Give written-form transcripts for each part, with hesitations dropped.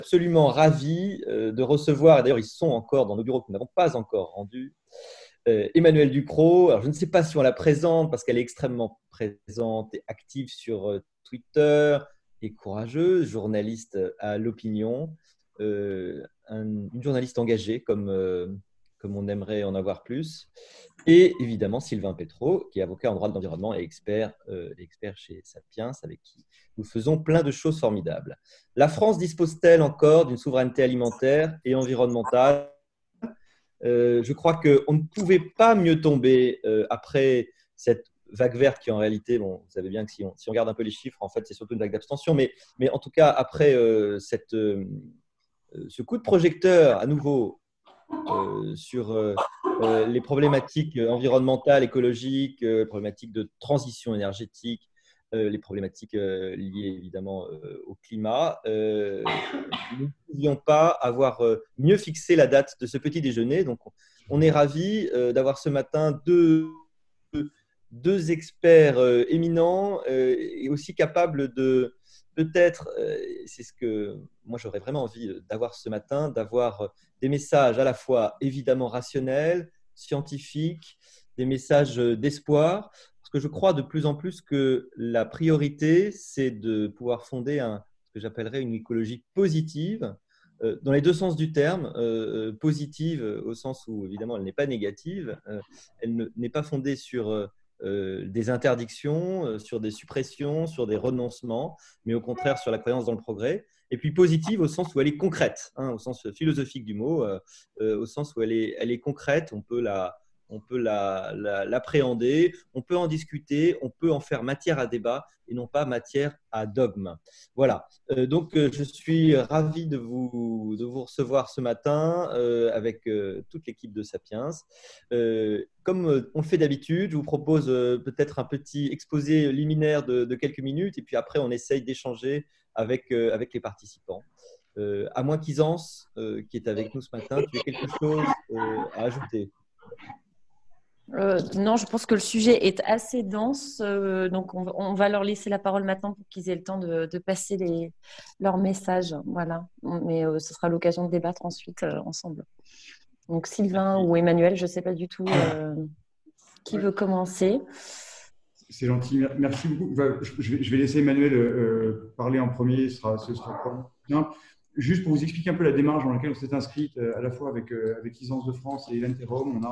absolument ravi de recevoir, et d'ailleurs ils sont encore dans nos bureaux que nous n'avons pas encore rendus, Emmanuelle Ducrot. Alors je ne sais pas si on la présente parce qu'elle est extrêmement présente et active sur Twitter et courageuse, journaliste à l'opinion, une journaliste engagée comme on aimerait en avoir plus. Et évidemment, Sylvain Pétraud, qui est avocat en droit de l'environnement et expert chez Sapiens, avec qui nous faisons plein de choses formidables. La France dispose-t-elle encore d'une souveraineté alimentaire et environnementale ? Je crois qu'on ne pouvait pas mieux tomber après cette vague verte qui, en réalité, bon, vous savez bien que si on regarde un peu les chiffres, en fait, c'est surtout une vague d'abstention. Mais en tout cas, après ce coup de projecteur à nouveau sur les problématiques environnementales, écologiques, problématiques de transition énergétique, les problématiques liées évidemment au climat. Nous ne pouvions pas avoir mieux fixé la date de ce petit déjeuner. Donc, on est ravis d'avoir ce matin deux experts éminents et aussi capables de peut-être, c'est ce que moi j'aurais vraiment envie d'avoir ce matin, d'avoir des messages à la fois évidemment rationnels, scientifiques, des messages d'espoir, parce que je crois de plus en plus que la priorité, c'est de pouvoir fonder ce que j'appellerais une écologie positive, dans les deux sens du terme, positive au sens où évidemment elle n'est pas négative, elle n'est pas fondée sur des interdictions, sur des suppressions, sur des renoncements, mais au contraire sur la croyance dans le progrès. Et puis positive au sens où elle est concrète, au sens philosophique du mot, au sens où elle est concrète, on peut l'appréhender, on peut en discuter, on peut en faire matière à débat et non pas matière à dogme. Voilà. Donc, je suis ravi de vous recevoir ce matin avec toute l'équipe de Sapiens. Comme on le fait d'habitude, je vous propose peut-être un petit exposé liminaire de quelques minutes et puis après, on essaye d'échanger avec les participants. À moins qu'Isance, qui est avec nous ce matin, tu aies quelque chose à ajouter. Non, je pense que le sujet est assez dense, donc on va leur laisser la parole maintenant pour qu'ils aient le temps de passer leurs messages. Voilà. Mais ce sera l'occasion de débattre ensuite ensemble. Donc Sylvain ou Emmanuel, je ne sais pas du tout qui veut commencer. C'est gentil, merci beaucoup. Je vais laisser Emmanuel parler en premier, ce sera bien. Juste pour vous expliquer un peu la démarche dans laquelle on s'est inscrite, à la fois avec Isance de France et Hélène Thérom,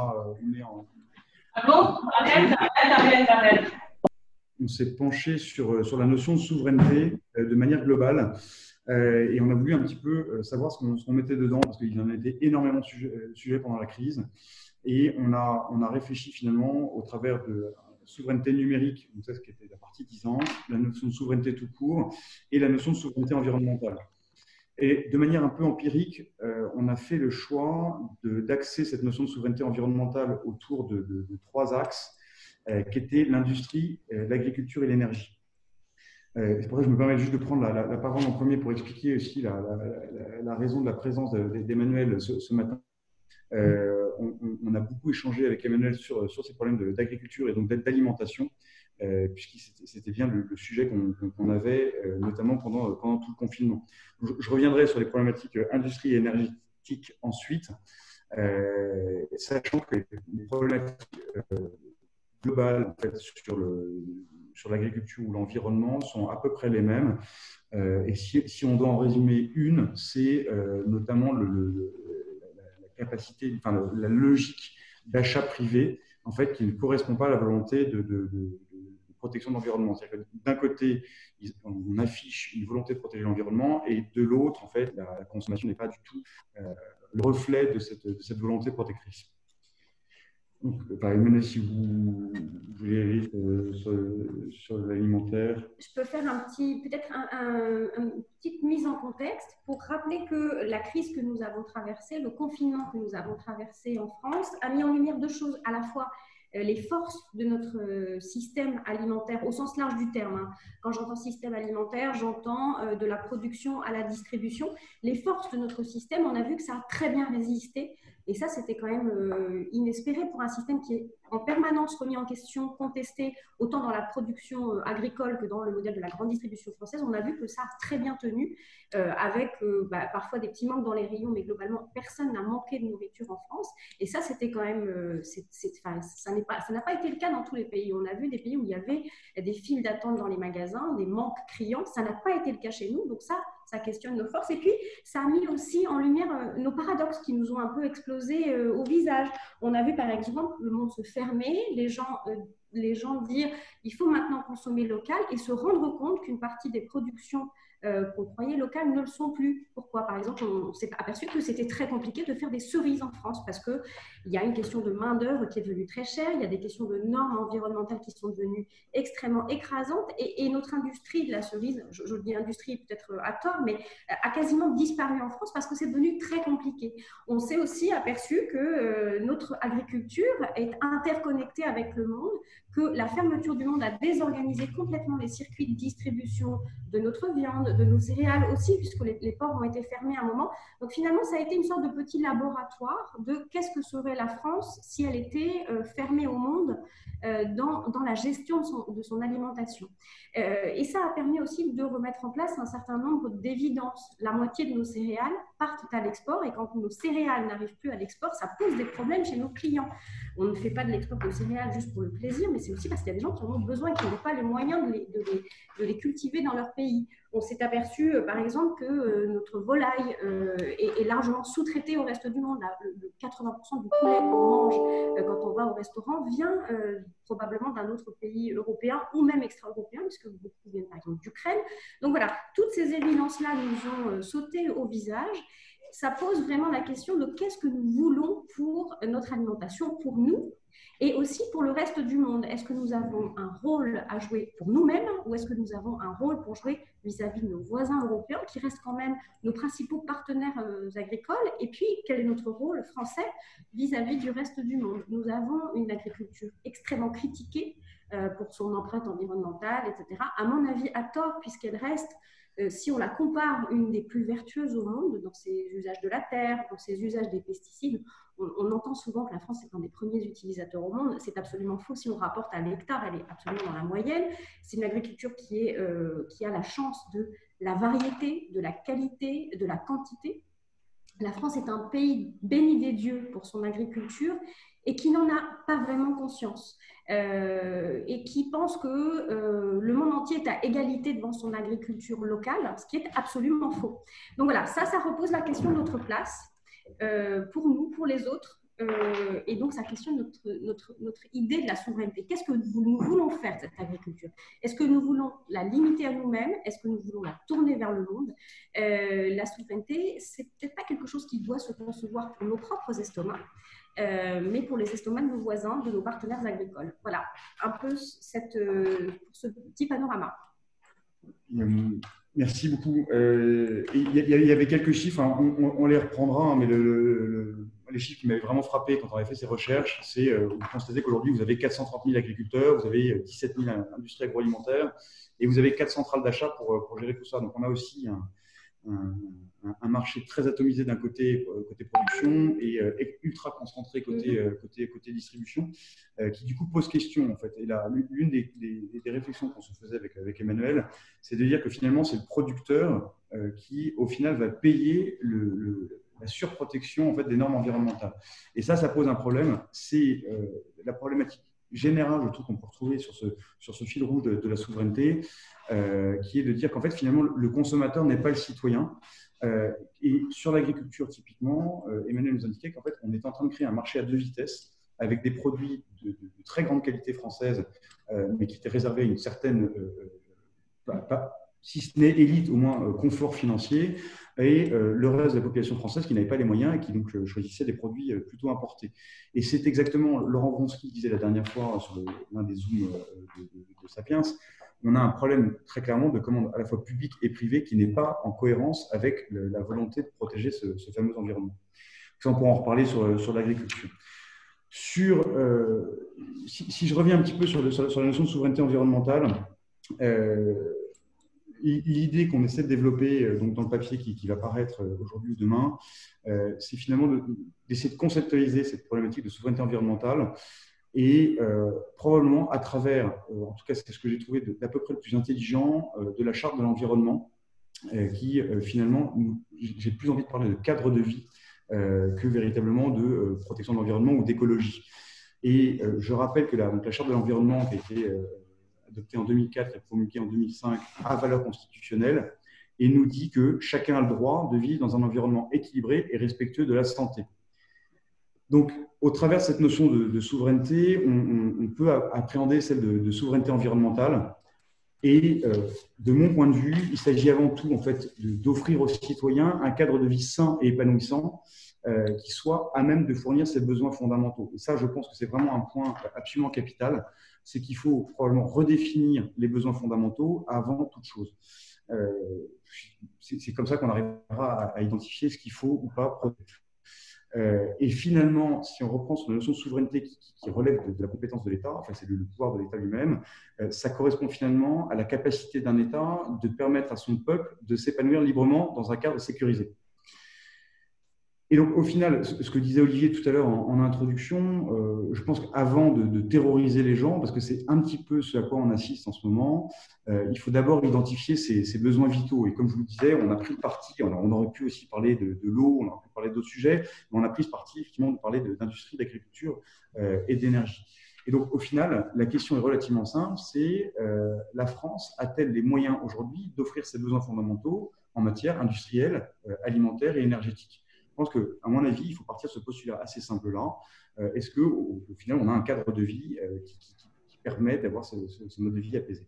on s'est penché sur la notion de souveraineté de manière globale et on a voulu un petit peu savoir ce qu'on mettait dedans parce qu'il y en a été énormément de sujets pendant la crise et on a réfléchi finalement au travers de souveraineté numérique, donc ça ce qui était la partie 10 ans, la notion de souveraineté tout court et la notion de souveraineté environnementale. Et de manière un peu empirique, on a fait le choix d'axer cette notion de souveraineté environnementale autour de trois axes qui étaient l'industrie, l'agriculture et l'énergie. C'est pour ça que je me permets juste de prendre la parole en premier pour expliquer aussi la raison de la présence d'Emmanuel ce matin. On a beaucoup échangé avec Emmanuel sur ces problèmes d'agriculture et donc d'alimentation, puisque c'était bien le sujet qu'on avait, notamment pendant tout le confinement. Je reviendrai sur les problématiques industrie et énergétique ensuite, sachant que les problématiques globales en fait, sur l'agriculture ou l'environnement sont à peu près les mêmes. Et si on doit en résumer une, c'est notamment la capacité, enfin la logique d'achat privé, en fait, qui ne correspond pas à la volonté de protection de l'environnement. C'est-à-dire que d'un côté, on affiche une volonté de protéger l'environnement et de l'autre, en fait, la consommation n'est pas du tout le reflet de cette volonté protectrice. Donc, Emmanuel, si vous voulez aller sur l'alimentaire. Je peux faire peut-être une petite mise en contexte pour rappeler que la crise que nous avons traversée, le confinement que nous avons traversé en France, a mis en lumière deux choses, à la fois les forces de notre système alimentaire au sens large du terme. Quand j'entends système alimentaire, j'entends de la production à la distribution. Les forces de notre système, on a vu que ça a très bien résisté Et ça, c'était quand même inespéré pour un système qui est en permanence remis en question, contesté, autant dans la production agricole que dans le modèle de la grande distribution française. On a vu que ça a très bien tenu, avec parfois des petits manques dans les rayons, mais globalement, personne n'a manqué de nourriture en France. Et ça, c'était quand même… ça n'a pas été le cas dans tous les pays. On a vu des pays où il y avait des files d'attente dans les magasins, des manques criants. Ça n'a pas été le cas chez nous. Donc ça questionne nos forces. Et puis, ça a mis aussi en lumière nos paradoxes qui nous ont un peu explosé au visage. On a vu, par exemple, le monde se fermer, les gens dire il faut maintenant consommer local et se rendre compte qu'une partie des productions qu'on croyait locales ne le sont plus. Pourquoi? Par exemple, on s'est aperçu que c'était très compliqué de faire des cerises en France parce qu'il y a une question de main-d'œuvre qui est devenue très chère, il y a des questions de normes environnementales qui sont devenues extrêmement écrasantes et notre industrie de la cerise, je dis industrie peut-être à tort, mais a quasiment disparu en France parce que c'est devenu très compliqué. On s'est aussi aperçu que notre agriculture est interconnectée avec le monde, que la fermeture du monde a désorganisé complètement les circuits de distribution de notre viande, de nos céréales aussi, puisque les ports ont été fermés à un moment. Donc finalement, ça a été une sorte de petit laboratoire de qu'est-ce que serait la France si elle était fermée au monde dans la gestion de son alimentation. Et ça a permis aussi de remettre en place un certain nombre d'évidences. La moitié de nos céréales partent à l'export et quand nos céréales n'arrivent plus à l'export, ça pose des problèmes chez nos clients. On ne fait pas de l'export de céréales juste pour le plaisir, mais c'est aussi parce qu'il y a des gens qui en ont besoin et qui n'ont pas les moyens de les cultiver dans leur pays. On s'est aperçu, par exemple, que notre volaille est largement sous-traitée au reste du monde. 80% du poulet qu'on mange quand on va au restaurant vient probablement d'un autre pays européen ou même extra-européen, puisque beaucoup viennent par exemple d'Ukraine. Donc voilà, toutes ces évidences-là nous ont sauté au visage. Ça pose vraiment la question de qu'est-ce que nous voulons pour notre alimentation, pour nous, et aussi pour le reste du monde. Est-ce que nous avons un rôle à jouer pour nous-mêmes ou est-ce que nous avons un rôle pour jouer vis-à-vis de nos voisins européens qui restent quand même nos principaux partenaires agricoles? Et puis, quel est notre rôle français vis-à-vis du reste du monde? Nous avons une agriculture extrêmement critiquée pour son empreinte environnementale, etc. À mon avis, à tort, puisqu'elle reste, si on la compare, une des plus vertueuses au monde dans ses usages de la terre, dans ses usages des pesticides. On entend souvent que la France est un des premiers utilisateurs au monde. C'est absolument faux. Si on rapporte à l'hectare, elle est absolument dans la moyenne. C'est une agriculture qui a la chance de la variété, de la qualité, de la quantité. La France est un pays béni des dieux pour son agriculture et qui n'en a pas vraiment conscience. Et qui pense que le monde entier est à égalité devant son agriculture locale, ce qui est absolument faux. Donc voilà, ça repose la question de notre place pour nous, pour les autres, et donc ça questionne notre idée de la souveraineté. Qu'est-ce que nous voulons faire de cette agriculture? Est-ce que nous voulons la limiter à nous-mêmes? Est-ce que nous voulons la tourner vers le monde? La souveraineté, c'est peut-être pas quelque chose qui doit se concevoir pour nos propres estomacs, mais pour les estomacs de nos voisins, de nos partenaires agricoles. Voilà, un peu ce petit panorama. Merci beaucoup. Il y avait quelques chiffres, hein, on les reprendra, hein, mais les chiffres qui m'avaient vraiment frappé quand on avait fait ces recherches, c'est vous constatez qu'aujourd'hui, vous avez 430 000 agriculteurs, vous avez 17 000 industries agroalimentaires et vous avez 4 centrales d'achat pour gérer tout ça. Donc, on a aussi un marché très atomisé d'un côté production et ultra concentré côté distribution, qui du coup pose question en fait. Et là, l'une des réflexions qu'on se faisait avec Emmanuel, c'est de dire que finalement c'est le producteur qui au final va payer la surprotection en fait des normes environnementales. Et ça pose un problème. C'est la problématique générale, je trouve, qu'on peut retrouver sur ce fil rouge de la souveraineté, qui est de dire qu'en fait, finalement, le consommateur n'est pas le citoyen. Et sur l'agriculture, typiquement, Emmanuel nous indiquait qu'en fait, on est en train de créer un marché à 2 vitesses avec des produits de très grande qualité française, mais qui étaient réservés à une certaine, si ce n'est élite, au moins confort financier, et le reste de la population française qui n'avait pas les moyens et qui donc choisissait des produits plutôt importés. Et c'est exactement, Laurent Vronsky disait la dernière fois sur l'un des Zooms de Sapiens, on a un problème très clairement de commande à la fois publique et privée qui n'est pas en cohérence avec la volonté de protéger ce fameux environnement. Ça, on pourra en reparler sur l'agriculture. Si je reviens un petit peu sur la notion de souveraineté environnementale, l'idée qu'on essaie de développer donc dans le papier qui va paraître aujourd'hui ou demain, c'est finalement d'essayer de conceptualiser cette problématique de souveraineté environnementale et probablement à travers, en tout cas c'est ce que j'ai trouvé d'à peu près le plus intelligent, de la charte de l'environnement qui finalement, j'ai plus envie de parler de cadre de vie que véritablement de protection de l'environnement ou d'écologie. Et je rappelle que la charte de l'environnement qui a été adoptée en 2004 et promulguée en 2005 a valeur constitutionnelle et nous dit que chacun a le droit de vivre dans un environnement équilibré et respectueux de la santé. Donc, au travers de cette notion de souveraineté, on peut appréhender celle de souveraineté environnementale. Et de mon point de vue, il s'agit avant tout en fait, d'offrir aux citoyens un cadre de vie sain et épanouissant qui soit à même de fournir ses besoins fondamentaux. Et ça, je pense que c'est vraiment un point absolument capital, c'est qu'il faut probablement redéfinir les besoins fondamentaux avant toute chose. C'est comme ça qu'on arrivera à identifier ce qu'il faut ou pas protéger. Et finalement, si on reprend sur la notion de souveraineté qui relève de la compétence de l'État, enfin c'est le pouvoir de l'État lui-même, ça correspond finalement à la capacité d'un État de permettre à son peuple de s'épanouir librement dans un cadre sécurisé. Et donc, au final, ce que disait Olivier tout à l'heure en introduction, je pense qu'avant de terroriser les gens, parce que c'est un petit peu ce à quoi on assiste en ce moment, il faut d'abord identifier ses besoins vitaux. Et comme je vous le disais, on a pris le parti, on aurait pu aussi parler de l'eau, on aurait pu parler d'autres sujets, mais on a pris ce parti, effectivement, de parler d'industrie, d'agriculture et d'énergie. Et donc, au final, la question est relativement simple, c'est la France a-t-elle les moyens aujourd'hui d'offrir ses besoins fondamentaux en matière industrielle, alimentaire et énergétique ? Je pense qu'à mon avis, il faut partir de ce postulat assez simple-là. Est-ce qu'au final, on a un cadre de vie qui permet d'avoir ce mode de vie apaisé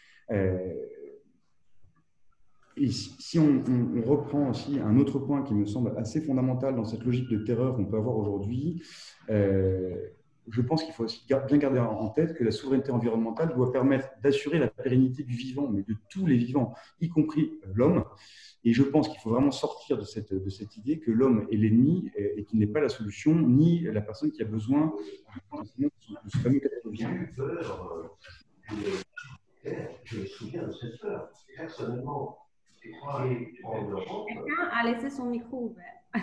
Et si on reprend aussi un autre point qui me semble assez fondamental dans cette logique de terreur qu'on peut avoir aujourd'hui, je pense qu'il faut aussi bien garder en tête que la souveraineté environnementale doit permettre d'assurer la pérennité du vivant, mais de tous les vivants, y compris l'homme. Et je pense qu'il faut vraiment sortir de cette idée que l'homme est l'ennemi et qu'il n'est pas la solution, ni la personne qui a besoin de ce fameux cadre de vie. Je me souviens de cette heure. Personnellement, quelqu'un a laissé son micro ouvert.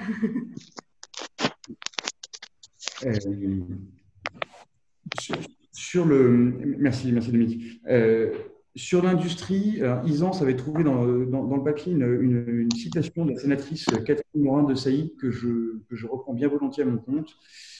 Merci Dominique. Sur l'industrie, Isance avait trouvé dans le papier une citation de la sénatrice Catherine Morin-Desailly que je reprends bien volontiers à mon compte.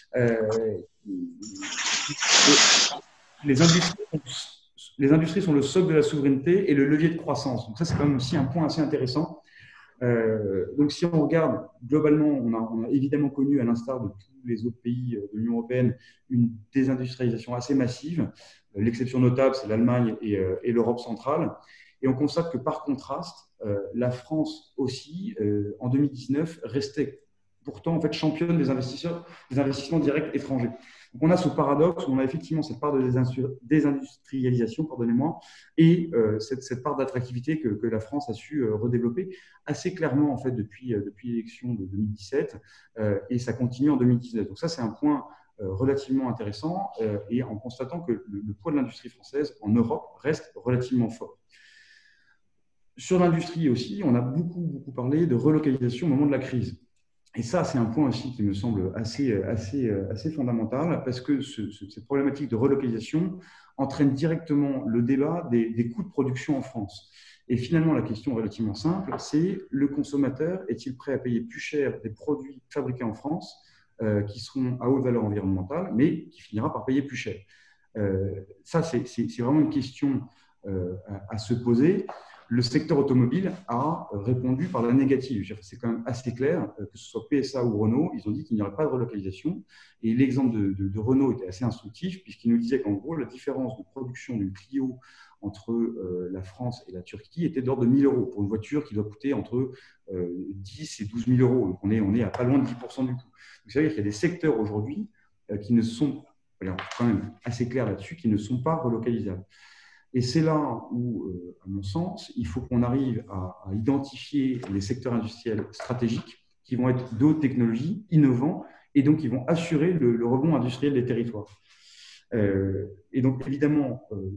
Les industries sont le socle de la souveraineté et le levier de croissance. Donc ça, c'est quand même aussi un point assez intéressant. Donc si on regarde globalement, on a évidemment connu, à l'instar de tous les autres pays de l'Union européenne, une désindustrialisation assez massive. L'exception notable, c'est l'Allemagne et l'Europe centrale. Et on constate que par contraste, la France aussi, en 2019, restait pourtant en fait championne des investissements directs étrangers. Donc on a ce paradoxe où on a effectivement cette part de désindustrialisation, pardonnez-moi, et cette part d'attractivité que la France a su redévelopper assez clairement en fait depuis l'élection de 2017 et ça continue en 2019. Donc ça c'est un point relativement intéressant et en constatant que le poids de l'industrie française en Europe reste relativement fort. Sur l'industrie aussi, on a beaucoup parlé de relocalisation au moment de la crise. Et ça, c'est un point aussi qui me semble assez fondamental parce que cette problématique de relocalisation entraîne directement le débat des coûts de production en France. Et finalement, la question relativement simple, c'est le consommateur est-il prêt à payer plus cher des produits fabriqués en France qui seront à haute valeur environnementale, mais qui finira par payer plus cher. Ça, c'est vraiment une question à se poser. Le secteur automobile a répondu par la négative. C'est quand même assez clair, que ce soit PSA ou Renault, ils ont dit qu'il n'y aurait pas de relocalisation. Et l'exemple de Renault était assez instructif, puisqu'il nous disait qu'en gros, la différence de production d'une Clio entre la France et la Turquie était d'ordre de 1 000 € pour une voiture qui doit coûter entre 10 et 12 000 €. Donc on est à pas loin de 10% du coût. Donc ça veut dire qu'il y a des secteurs aujourd'hui qui ne sont, quand même assez clairs là-dessus, qui ne sont pas relocalisables. Et c'est là où, à mon sens, il faut qu'on arrive à identifier les secteurs industriels stratégiques qui vont être de haute technologie, innovants, et donc qui vont assurer le rebond industriel des territoires. Et donc, évidemment, ce qu'il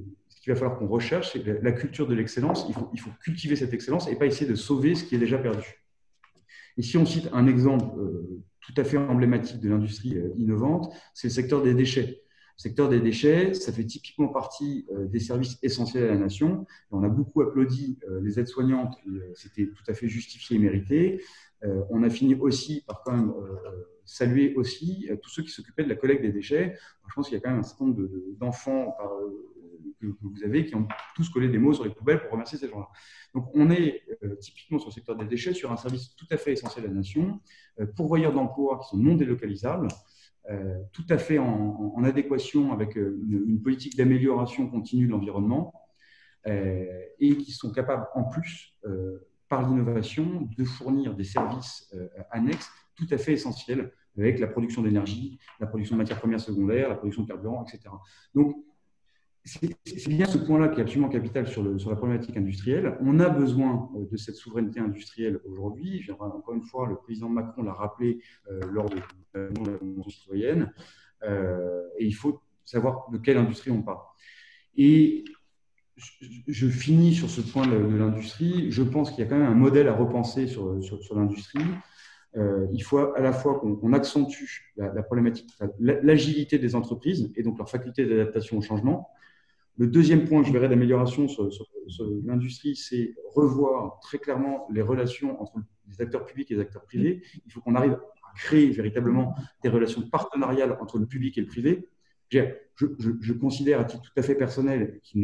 qu'il va falloir qu'on recherche, c'est la culture de l'excellence. Il faut cultiver cette excellence et pas essayer de sauver ce qui est déjà perdu. Et si on cite un exemple tout à fait emblématique de l'industrie innovante, c'est le secteur des déchets. Le secteur des déchets, ça fait typiquement partie des services essentiels à la nation. On a beaucoup applaudi les aides-soignantes, c'était tout à fait justifié et mérité. On a fini aussi par quand même saluer aussi tous ceux qui s'occupaient de la collecte des déchets. Je pense qu'il y a quand même un certain nombre d'enfants que vous avez qui ont tous collé des mots sur les poubelles pour remercier ces gens-là. Donc on est typiquement sur le secteur des déchets, sur un service tout à fait essentiel à la nation, pourvoyeurs d'emplois qui sont non délocalisables, tout à fait en adéquation avec une politique d'amélioration continue de l'environnement et qui sont capables en plus, par l'innovation, de fournir des services annexes tout à fait essentiels avec la production d'énergie, la production de matières premières secondaires, la production de carburant, etc. Donc, c'est bien ce point-là qui est absolument capital sur la problématique industrielle. On a besoin de cette souveraineté industrielle aujourd'hui. Encore une fois, le président Macron l'a rappelé lors de la Convention citoyenne. Et il faut savoir de quelle industrie on parle. Et je finis sur ce point de l'industrie. Je pense qu'il y a quand même un modèle à repenser sur l'industrie. Il faut à la fois qu'on accentue la problématique, l'agilité des entreprises et donc leur faculté d'adaptation au changement. Le deuxième point que je verrais d'amélioration sur l'industrie, c'est revoir très clairement les relations entre les acteurs publics et les acteurs privés. Il faut qu'on arrive à créer véritablement des relations partenariales entre le public et le privé. Je considère à titre tout à fait personnel qu'il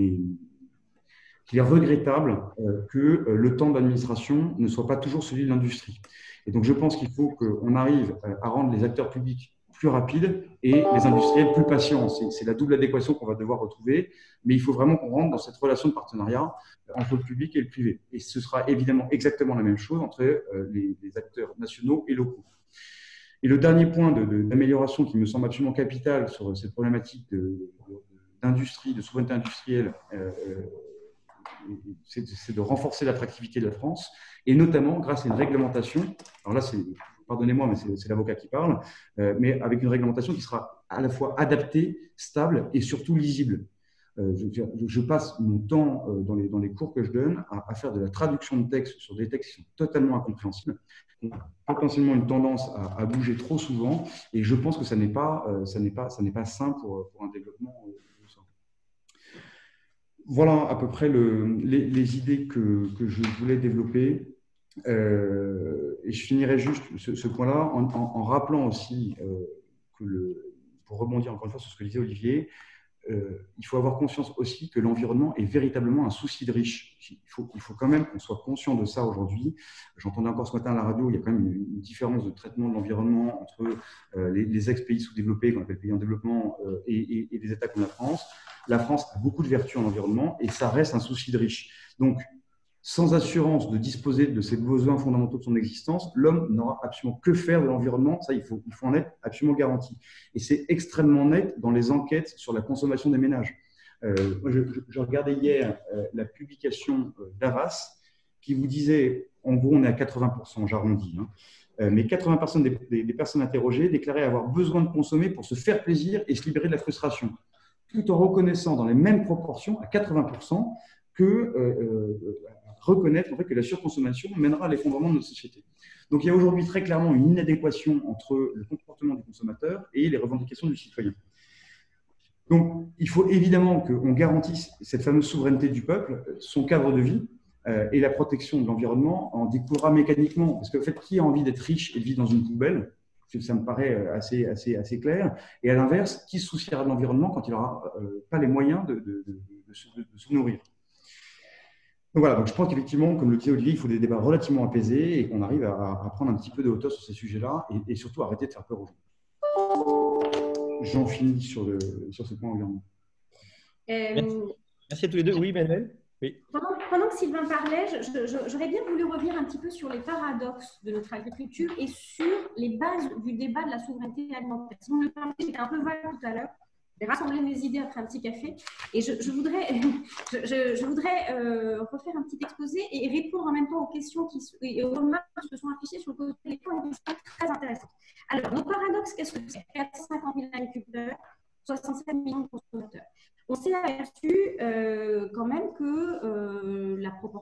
est regrettable que le temps d'administration ne soit pas toujours celui de l'industrie. Et donc, je pense qu'il faut qu'on arrive à rendre les acteurs publics plus rapides et les industriels plus patients. C'est la double adéquation qu'on va devoir retrouver, mais il faut vraiment qu'on rentre dans cette relation de partenariat entre le public et le privé. Et ce sera évidemment exactement la même chose entre les acteurs nationaux et locaux. Et le dernier point d'amélioration qui me semble absolument capital sur cette problématique d'industrie, de souveraineté industrielle, c'est de renforcer l'attractivité de la France, et notamment grâce à une réglementation. Alors là, pardonnez-moi, mais c'est l'avocat qui parle, mais avec une réglementation qui sera à la fois adaptée, stable et surtout lisible. Je passe mon temps dans les cours que je donne à faire de la traduction de textes sur des textes qui sont totalement incompréhensibles, qui ont potentiellement une tendance à bouger trop souvent, et je pense que ça n'est pas sain pour un développement. Voilà à peu près les idées que je voulais développer. Et je finirai juste ce point-là en rappelant aussi pour rebondir encore une fois sur ce que disait Olivier, il faut avoir conscience aussi que l'environnement est véritablement un souci de riche. Il faut quand même qu'on soit conscient de ça aujourd'hui. J'entendais encore ce matin à la radio, il y a quand même une différence de traitement de l'environnement entre les ex-pays sous-développés, qu'on appelle pays en développement, et les États comme la France. La France a beaucoup de vertus en environnement et ça reste un souci de riche. Donc, sans assurance de disposer de ces besoins fondamentaux de son existence, l'homme n'aura absolument que faire de l'environnement. Ça, il faut en être absolument garanti. Et c'est extrêmement net dans les enquêtes sur la consommation des ménages. Moi, je regardais hier la publication d'Avas qui vous disait, en gros, on est à 80%, j'arrondis, mais 80% des personnes interrogées déclaraient avoir besoin de consommer pour se faire plaisir et se libérer de la frustration, tout en reconnaissant dans les mêmes proportions, à 80%, reconnaître en fait, que la surconsommation mènera à l'effondrement de notre société. Donc il y a aujourd'hui très clairement une inadéquation entre le comportement du consommateur et les revendications du citoyen. Donc il faut évidemment qu'on garantisse cette fameuse souveraineté du peuple, son cadre de vie et la protection de l'environnement en découlera mécaniquement. Parce que en fait, qui a envie d'être riche et de vivre dans une poubelle? Ça me paraît assez clair. Et à l'inverse, qui se souciera de l'environnement quand il n'aura pas les moyens de se nourrir? Donc voilà, donc je pense qu'effectivement, comme le disait Olivier, il faut des débats relativement apaisés et qu'on arrive à prendre un petit peu de hauteur sur ces sujets-là et surtout arrêter de faire peur aux gens. J'en finis sur ce point environnement. Merci à tous les deux. Oui, Manuel? Oui. Pendant que Sylvain parlait, j'aurais bien voulu revenir un petit peu sur les paradoxes de notre agriculture et sur les bases du débat de la souveraineté alimentaire. Si vous me le permettez, j'étais un peu vague tout à l'heure. J'ai rassemblé mes idées après un petit café et je voudrais refaire un petit exposé et répondre en même temps aux questions et aux remarques qui se sont affichées sur le côté des points très intéressants. Alors, nos paradoxes, qu'est-ce que c'est? 450 000 agriculteurs, 67 millions de consommateurs. On s'est aperçu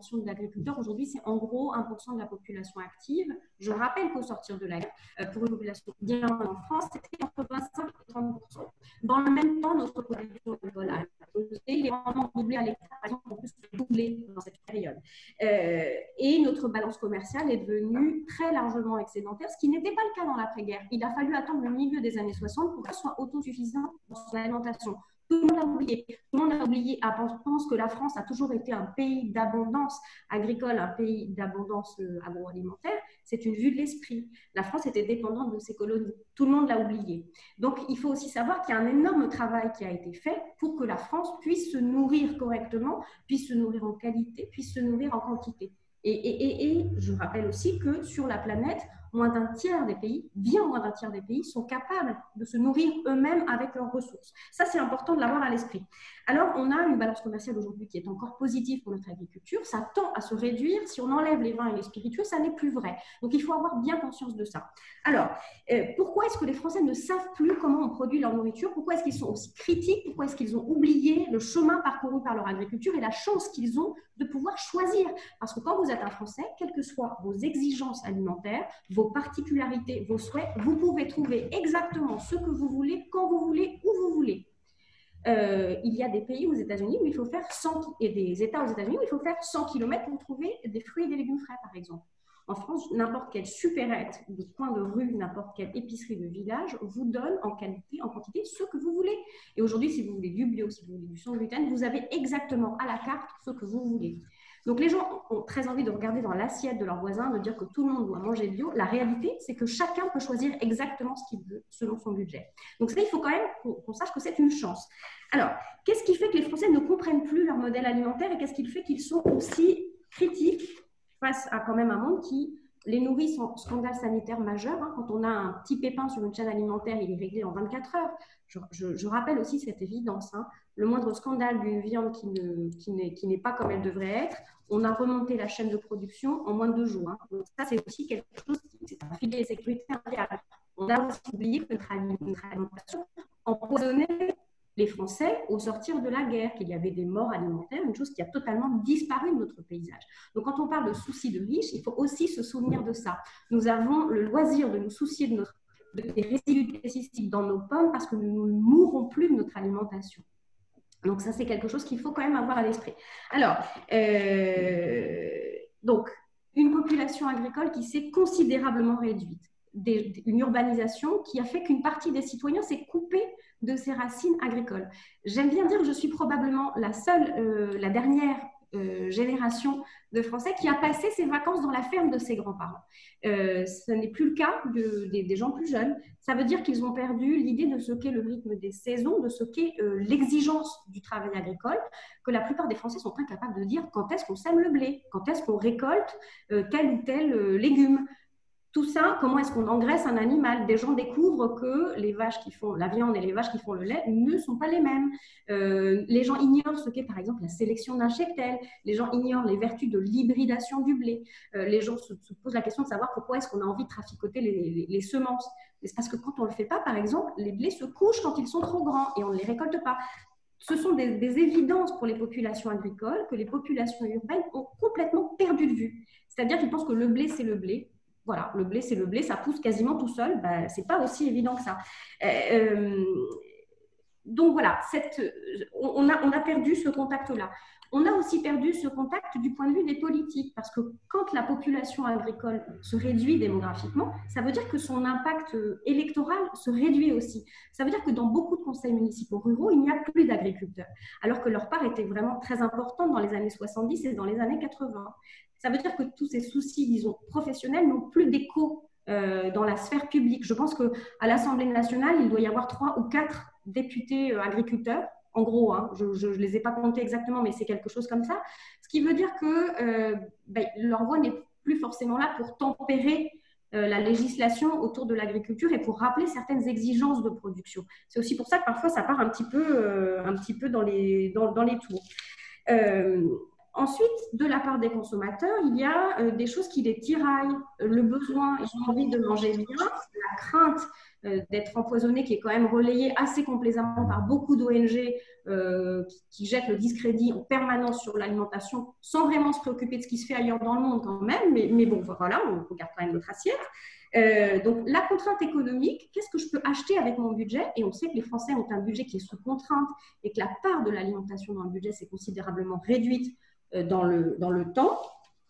participation de l'agriculteur, aujourd'hui, c'est en gros 1% de la population active. Je rappelle qu'au sortir de la guerre, pour une population bien en France, c'était entre 25 et 30%. Dans le même temps, notre production agricole a explosé, les rendements doublés à l'hectare, par exemple, ont plus doublé dans cette période. Et notre balance commerciale est devenue très largement excédentaire, ce qui n'était pas le cas dans l'après-guerre. Il a fallu attendre le milieu des années 60 pour qu'elle soit autosuffisante dans son alimentation. Tout le monde a oublié. Tout le monde a oublié. Pense que la France a toujours été un pays d'abondance agricole, un pays d'abondance agroalimentaire. C'est une vue de l'esprit. La France était dépendante de ses colonies. Tout le monde l'a oublié. Donc, il faut aussi savoir qu'il y a un énorme travail qui a été fait pour que la France puisse se nourrir correctement, puisse se nourrir en qualité, puisse se nourrir en quantité. Et je rappelle aussi que sur la planète, moins d'un tiers des pays, bien moins d'un tiers des pays, sont capables de se nourrir eux-mêmes avec leurs ressources. Ça, c'est important de l'avoir à l'esprit. Alors, on a une balance commerciale aujourd'hui qui est encore positive pour notre agriculture. Ça tend à se réduire. Si on enlève les vins et les spiritueux, ça n'est plus vrai. Donc, il faut avoir bien conscience de ça. Alors, pourquoi est-ce que les Français ne savent plus comment on produit leur nourriture? Pourquoi est-ce qu'ils sont aussi critiques? Pourquoi est-ce qu'ils ont oublié le chemin parcouru par leur agriculture et la chance qu'ils ont de pouvoir choisir? Parce que quand vous êtes un Français, quelles que soient vos exigences alimentaires, vos particularités, vos souhaits, vous pouvez trouver exactement ce que vous voulez, quand vous voulez, où vous voulez. Il y a des pays aux États-Unis où il faut faire 100 et des États aux États-Unis où il faut faire 100 km pour trouver des fruits et des légumes frais, par exemple. En France, n'importe quelle supérette de coin de rue, n'importe quelle épicerie de village vous donne en qualité, en quantité, ce que vous voulez. Et aujourd'hui, si vous voulez du bio, si vous voulez du sans gluten, vous avez exactement à la carte ce que vous voulez. Donc, les gens ont très envie de regarder dans l'assiette de leur voisin, de dire que tout le monde doit manger bio. La réalité, c'est que chacun peut choisir exactement ce qu'il veut selon son budget. Donc, ça, il faut quand même qu'on sache que c'est une chance. Alors, qu'est-ce qui fait que les Français ne comprennent plus leur modèle alimentaire et qu'est-ce qui fait qu'ils sont aussi critiques face à quand même un monde qui les nourrit sans scandale sanitaire majeur? Quand on a un petit pépin sur une chaîne alimentaire, il est réglé en 24 heures. Je rappelle aussi cette évidence. Le moindre scandale d'une viande qui n'est pas comme elle devrait être, on a remonté la chaîne de production en moins de 2 jours. Donc ça, c'est aussi quelque chose, c'est un filet de sécurité mondiale. On a aussi oublié que notre alimentation empoisonnait les Français au sortir de la guerre, qu'il y avait des morts alimentaires, une chose qui a totalement disparu de notre paysage. Donc, quand on parle de soucis de riches, il faut aussi se souvenir de ça. Nous avons le loisir de nous soucier des résidus de pesticides dans nos pommes parce que nous ne mourrons plus de notre alimentation. Donc, ça, c'est quelque chose qu'il faut quand même avoir à l'esprit. Alors, donc, une population agricole qui s'est considérablement réduite. Une urbanisation qui a fait qu'une partie des citoyens s'est coupée de ses racines agricoles. J'aime bien dire que je suis probablement la dernière génération de Français qui a passé ses vacances dans la ferme de ses grands-parents. Ce n'est plus le cas des gens plus jeunes. Ça veut dire qu'ils ont perdu l'idée de ce qu'est le rythme des saisons, de ce qu'est l'exigence du travail agricole, que la plupart des Français sont incapables de dire quand est-ce qu'on sème le blé, quand est-ce qu'on récolte tel ou tel légume. Tout ça, comment est-ce qu'on engraisse un animal? Des gens découvrent que les vaches qui font la viande et les vaches qui font le lait ne sont pas les mêmes. Les gens ignorent ce qu'est par exemple la sélection d'un cheptel. Les gens ignorent les vertus de l'hybridation du blé. Les gens se posent la question de savoir pourquoi est-ce qu'on a envie de traficoter les semences. C'est parce que quand on ne le fait pas, par exemple, les blés se couchent quand ils sont trop grands et on ne les récolte pas. Ce sont des évidences pour les populations agricoles que les populations urbaines ont complètement perdu de vue. C'est-à-dire qu'ils pensent que le blé, c'est le blé. Voilà, le blé, c'est le blé, ça pousse quasiment tout seul. Ce n'est pas aussi évident que ça. Donc voilà, on a perdu ce contact-là. On a aussi perdu ce contact du point de vue des politiques, parce que quand la population agricole se réduit démographiquement, ça veut dire que son impact électoral se réduit aussi. Ça veut dire que dans beaucoup de conseils municipaux ruraux, il n'y a plus d'agriculteurs, alors que leur part était vraiment très importante dans les années 70 et dans les années 80. Ça veut dire que tous ces soucis, disons, professionnels n'ont plus d'écho dans la sphère publique. Je pense qu'à l'Assemblée nationale, il doit y avoir 3 ou 4 députés agriculteurs, en gros, je ne les ai pas comptés exactement, mais c'est quelque chose comme ça. Ce qui veut dire que leur voix n'est plus forcément là pour tempérer la législation autour de l'agriculture et pour rappeler certaines exigences de production. C'est aussi pour ça que parfois ça part un petit peu dans les tours. Ensuite, de la part des consommateurs, il y a des choses qui les tiraillent. Le besoin, ils ont envie de manger bien, la crainte d'être empoisonné qui est quand même relayée assez complaisamment par beaucoup d'ONG qui jettent le discrédit en permanence sur l'alimentation sans vraiment se préoccuper de ce qui se fait ailleurs dans le monde quand même. Mais bon, voilà, on regarde quand même notre assiette. Donc, la contrainte économique, qu'est-ce que je peux acheter avec mon budget? Et on sait que les Français ont un budget qui est sous contrainte et que la part de l'alimentation dans le budget s'est considérablement réduite dans le temps.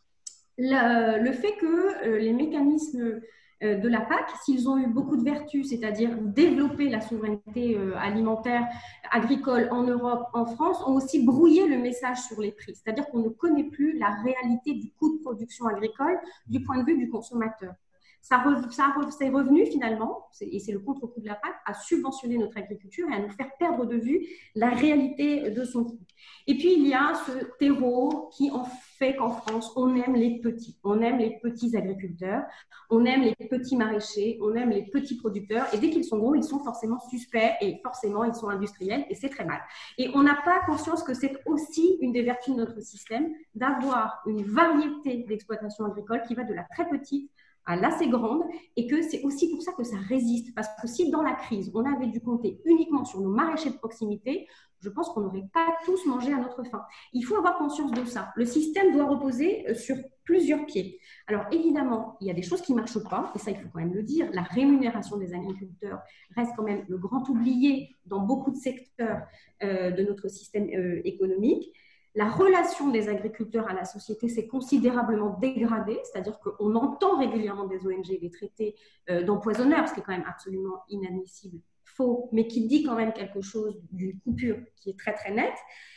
Le fait que les mécanismes de la PAC, s'ils ont eu beaucoup de vertus, c'est-à-dire développer la souveraineté alimentaire agricole en Europe, en France, ont aussi brouillé le message sur les prix. C'est-à-dire qu'on ne connaît plus la réalité du coût de production agricole du point de vue du consommateur. C'est revenu finalement, et c'est le contre-coup de la PAC, à subventionner notre agriculture et à nous faire perdre de vue la réalité de son coût. Et puis il y a ce terreau qui en fait qu'en France, on aime les petits agriculteurs, on aime les petits maraîchers, on aime les petits producteurs, et dès qu'ils sont gros, ils sont forcément suspects et forcément ils sont industriels, et c'est très mal. Et on n'a pas conscience que c'est aussi une des vertus de notre système d'avoir une variété d'exploitations agricoles qui va de la très petite à l'assez grande, et que c'est aussi pour ça que ça résiste. Parce que si dans la crise, on avait dû compter uniquement sur nos maraîchers de proximité, je pense qu'on n'aurait pas tous mangé à notre faim. Il faut avoir conscience de ça. Le système doit reposer sur plusieurs pieds. Alors évidemment, il y a des choses qui ne marchent pas, et ça il faut quand même le dire, la rémunération des agriculteurs reste quand même le grand oublié dans beaucoup de secteurs de notre système économique. La relation des agriculteurs à la société s'est considérablement dégradée, c'est-à-dire qu'on entend régulièrement des ONG les traiter d'empoisonneurs, ce qui est quand même absolument inadmissible, faux, mais qui dit quand même quelque chose d'une coupure qui est très très nette.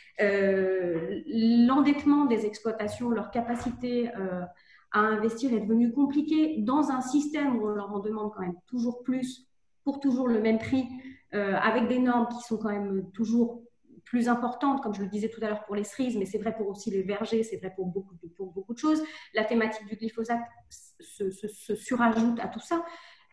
L'endettement des exploitations, leur capacité à investir est devenu compliqué dans un système où on leur en demande quand même toujours plus pour toujours le même prix, avec des normes qui sont quand même toujours plus importante, comme je le disais tout à l'heure pour les cerises, mais c'est vrai pour aussi les vergers, c'est vrai pour beaucoup de choses. La thématique du glyphosate se surajoute à tout ça.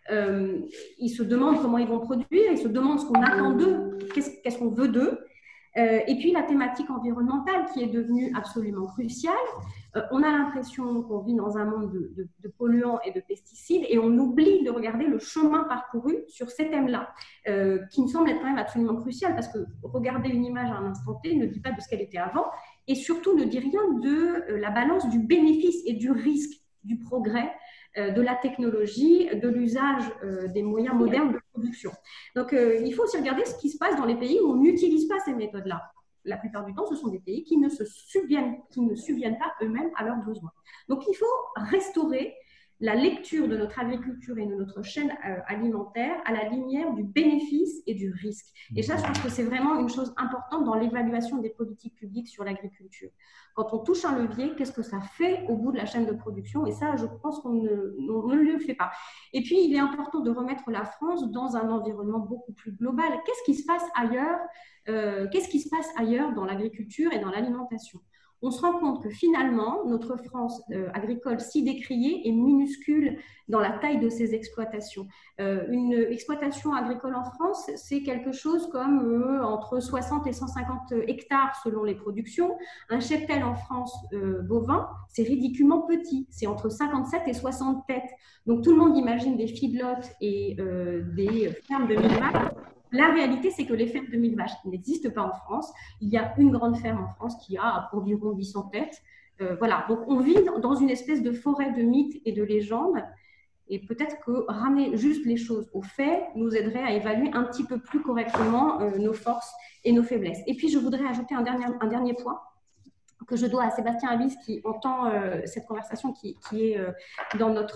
Ils se demandent comment ils vont produire, ils se demandent ce qu'on attend d'eux, qu'est-ce qu'on veut d'eux. Et puis la thématique environnementale qui est devenue absolument cruciale. On a l'impression qu'on vit dans un monde de polluants et de pesticides et on oublie de regarder le chemin parcouru sur ces thèmes-là, qui me semble être quand même absolument crucial parce que regarder une image à un instant T ne dit pas de ce qu'elle était avant et surtout ne dit rien de la balance du bénéfice et du risque du progrès, de la technologie, de l'usage des moyens modernes de production. Donc, il faut aussi regarder ce qui se passe dans les pays où on n'utilise pas ces méthodes-là. La plupart du temps, ce sont des pays qui ne subviennent pas eux-mêmes à leurs besoins. Donc, il faut restaurer la lecture de notre agriculture et de notre chaîne alimentaire à la lumière du bénéfice et du risque. Et ça, je pense que c'est vraiment une chose importante dans l'évaluation des politiques publiques sur l'agriculture. Quand on touche un levier, qu'est-ce que ça fait au bout de la chaîne de production? Et ça, je pense qu'on ne le fait pas. Et puis, il est important de remettre la France dans un environnement beaucoup plus global. Qu'est-ce qui se passe ailleurs dans l'agriculture et dans l'alimentation? On se rend compte que finalement, notre France agricole si décriée est minuscule dans la taille de ses exploitations. Une exploitation agricole en France, c'est quelque chose comme entre 60 et 150 hectares selon les productions. Un cheptel en France bovin, c'est ridiculement petit. C'est entre 57 et 60 têtes. Donc tout le monde imagine des feedlots et des fermes de 1000 vaches. La réalité, c'est que les fermes de 1000 vaches n'existent pas en France. Il y a une grande ferme en France qui a environ 800 têtes. Voilà, donc on vit dans une espèce de forêt de mythes et de légendes. Et peut-être que ramener juste les choses aux faits nous aiderait à évaluer un petit peu plus correctement nos forces et nos faiblesses. Et puis, je voudrais ajouter un dernier point que je dois à Sébastien Abyss qui entend cette conversation qui est dans la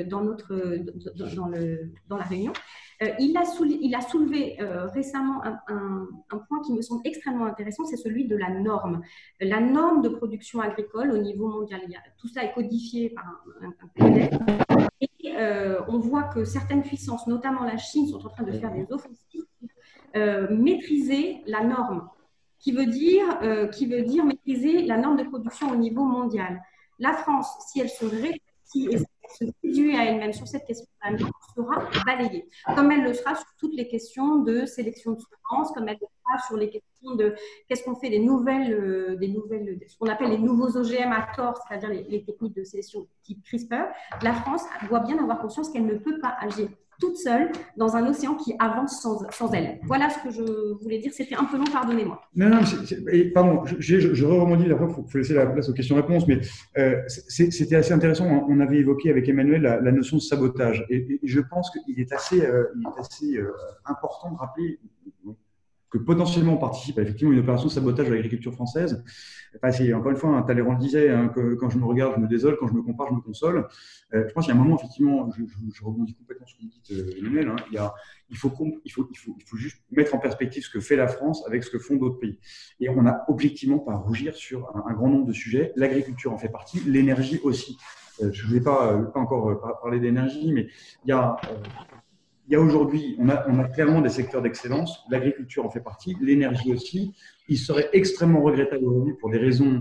réunion. Il a soulevé récemment un point qui me semble extrêmement intéressant, c'est celui de la norme. La norme de production agricole au niveau mondial. Tout ça est codifié par un codex. Et on voit que certaines puissances, notamment la Chine, sont en train de faire des offensives pour maîtriser la norme, qui veut dire maîtriser la norme de production au niveau mondial. La France, si elle se réfléchit et se réduit à elle-même sur cette question, elle sera balayée, comme elle le sera sur toutes les questions de sélection de semences, comme elle le sur les questions de qu'est-ce qu'on fait des nouvelles, ce qu'on appelle les nouveaux OGM à tort, c'est-à-dire les techniques de sélection type CRISPR, la France doit bien avoir conscience qu'elle ne peut pas agir toute seule dans un océan qui avance sans elle. Voilà ce que je voulais dire. C'était un peu long, pardonnez-moi. Non, pardon, je rebondis, après, il faut laisser la place aux questions-réponses, mais c'était assez intéressant. On avait évoqué avec Emmanuel la notion de sabotage. Et je pense qu'il est assez important de rappeler que potentiellement on participe à effectivement une opération de sabotage de l'agriculture française. Enfin, encore une fois, Talleyrand le disait, que quand je me regarde, je me désole, quand je me compare, je me console. Je pense qu'il y a un moment, effectivement, je rebondis complètement sur ce que vous dites, Emmanuel, il faut juste mettre en perspective ce que fait la France avec ce que font d'autres pays. Et on n'a objectivement pas à rougir sur un grand nombre de sujets. L'agriculture en fait partie, l'énergie aussi. Je ne vais pas encore parler d'énergie, mais il y a aujourd'hui, on a clairement des secteurs d'excellence. L'agriculture en fait partie, l'énergie aussi. Il serait extrêmement regrettable aujourd'hui pour des raisons,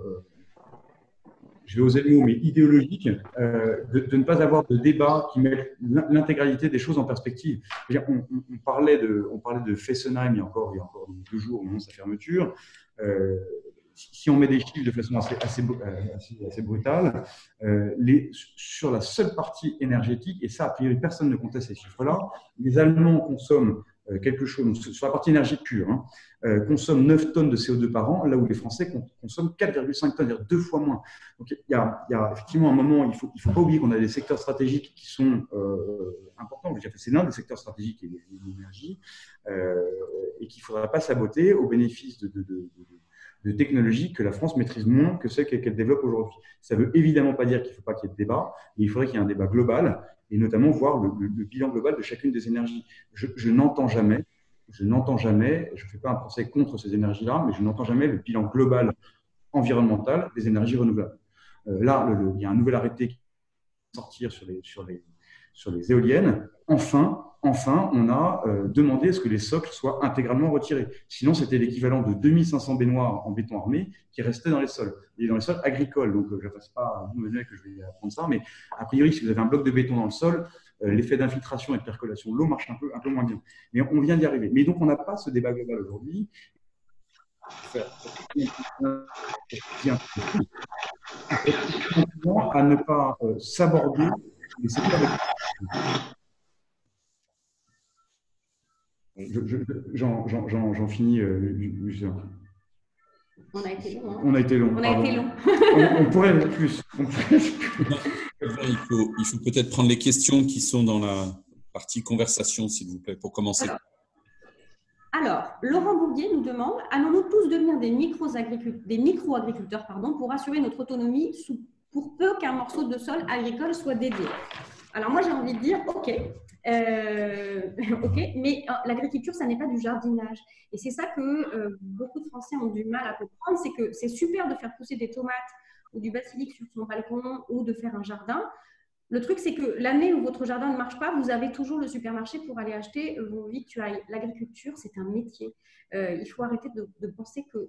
je vais oser le mot, mais idéologiques, de ne pas avoir de débat qui met l'intégralité des choses en perspective. On parlait de Fessenheim il y a encore 2 jours au moment de sa fermeture. Si on met des chiffres de façon assez brutale, sur la seule partie énergétique, et ça, a priori, personne ne conteste ces chiffres-là, les Allemands consomment quelque chose, sur la partie énergie pure, consomment 9 tonnes de CO2 par an, là où les Français consomment 4,5 tonnes, c'est-à-dire 2 fois moins. Donc, il y a effectivement un moment, il ne faut pas oublier qu'on a des secteurs stratégiques qui sont importants. C'est l'un des secteurs stratégiques, l'énergie, et qu'il ne faudra pas saboter au bénéfice de technologies que la France maîtrise moins que celles qu'elle développe aujourd'hui. Ça ne veut évidemment pas dire qu'il ne faut pas qu'il y ait de débat, mais il faudrait qu'il y ait un débat global, et notamment voir le bilan global de chacune des énergies. Je n'entends jamais, je ne fais pas un procès contre ces énergies-là, mais je n'entends jamais le bilan global environnemental des énergies renouvelables. Là, il y a un nouvel arrêté qui va sortir sur les éoliennes. Enfin, on a demandé à ce que les socles soient intégralement retirés. Sinon, c'était l'équivalent de 2500 baignoires en béton armé qui restaient dans les sols, et dans les sols agricoles. Donc, je ne passe pas à vous, Emmanuel, que je vais apprendre ça, mais a priori, si vous avez un bloc de béton dans le sol, l'effet d'infiltration et de percolation de l'eau marche un peu moins bien. Mais on vient d'y arriver. Mais donc, on n'a pas ce débat global aujourd'hui. À ne pas s'aborder les secteurs J'en finis. On a été long. On a été long. On pourrait aller plus. Il faut peut-être prendre les questions qui sont dans la partie conversation, s'il vous plaît, pour commencer. Alors, Laurent Bourguier nous demande, allons-nous tous devenir des micro-agriculteurs pour assurer notre autonomie pour peu qu'un morceau de sol agricole soit dédié? Alors moi, j'ai envie de dire, ok, mais l'agriculture, ça n'est pas du jardinage. Et c'est ça que beaucoup de Français ont du mal à comprendre, c'est que c'est super de faire pousser des tomates ou du basilic sur son balcon ou de faire un jardin. Le truc, c'est que l'année où votre jardin ne marche pas, vous avez toujours le supermarché pour aller acheter vos victuailles. L'agriculture, c'est un métier. Il faut arrêter de penser que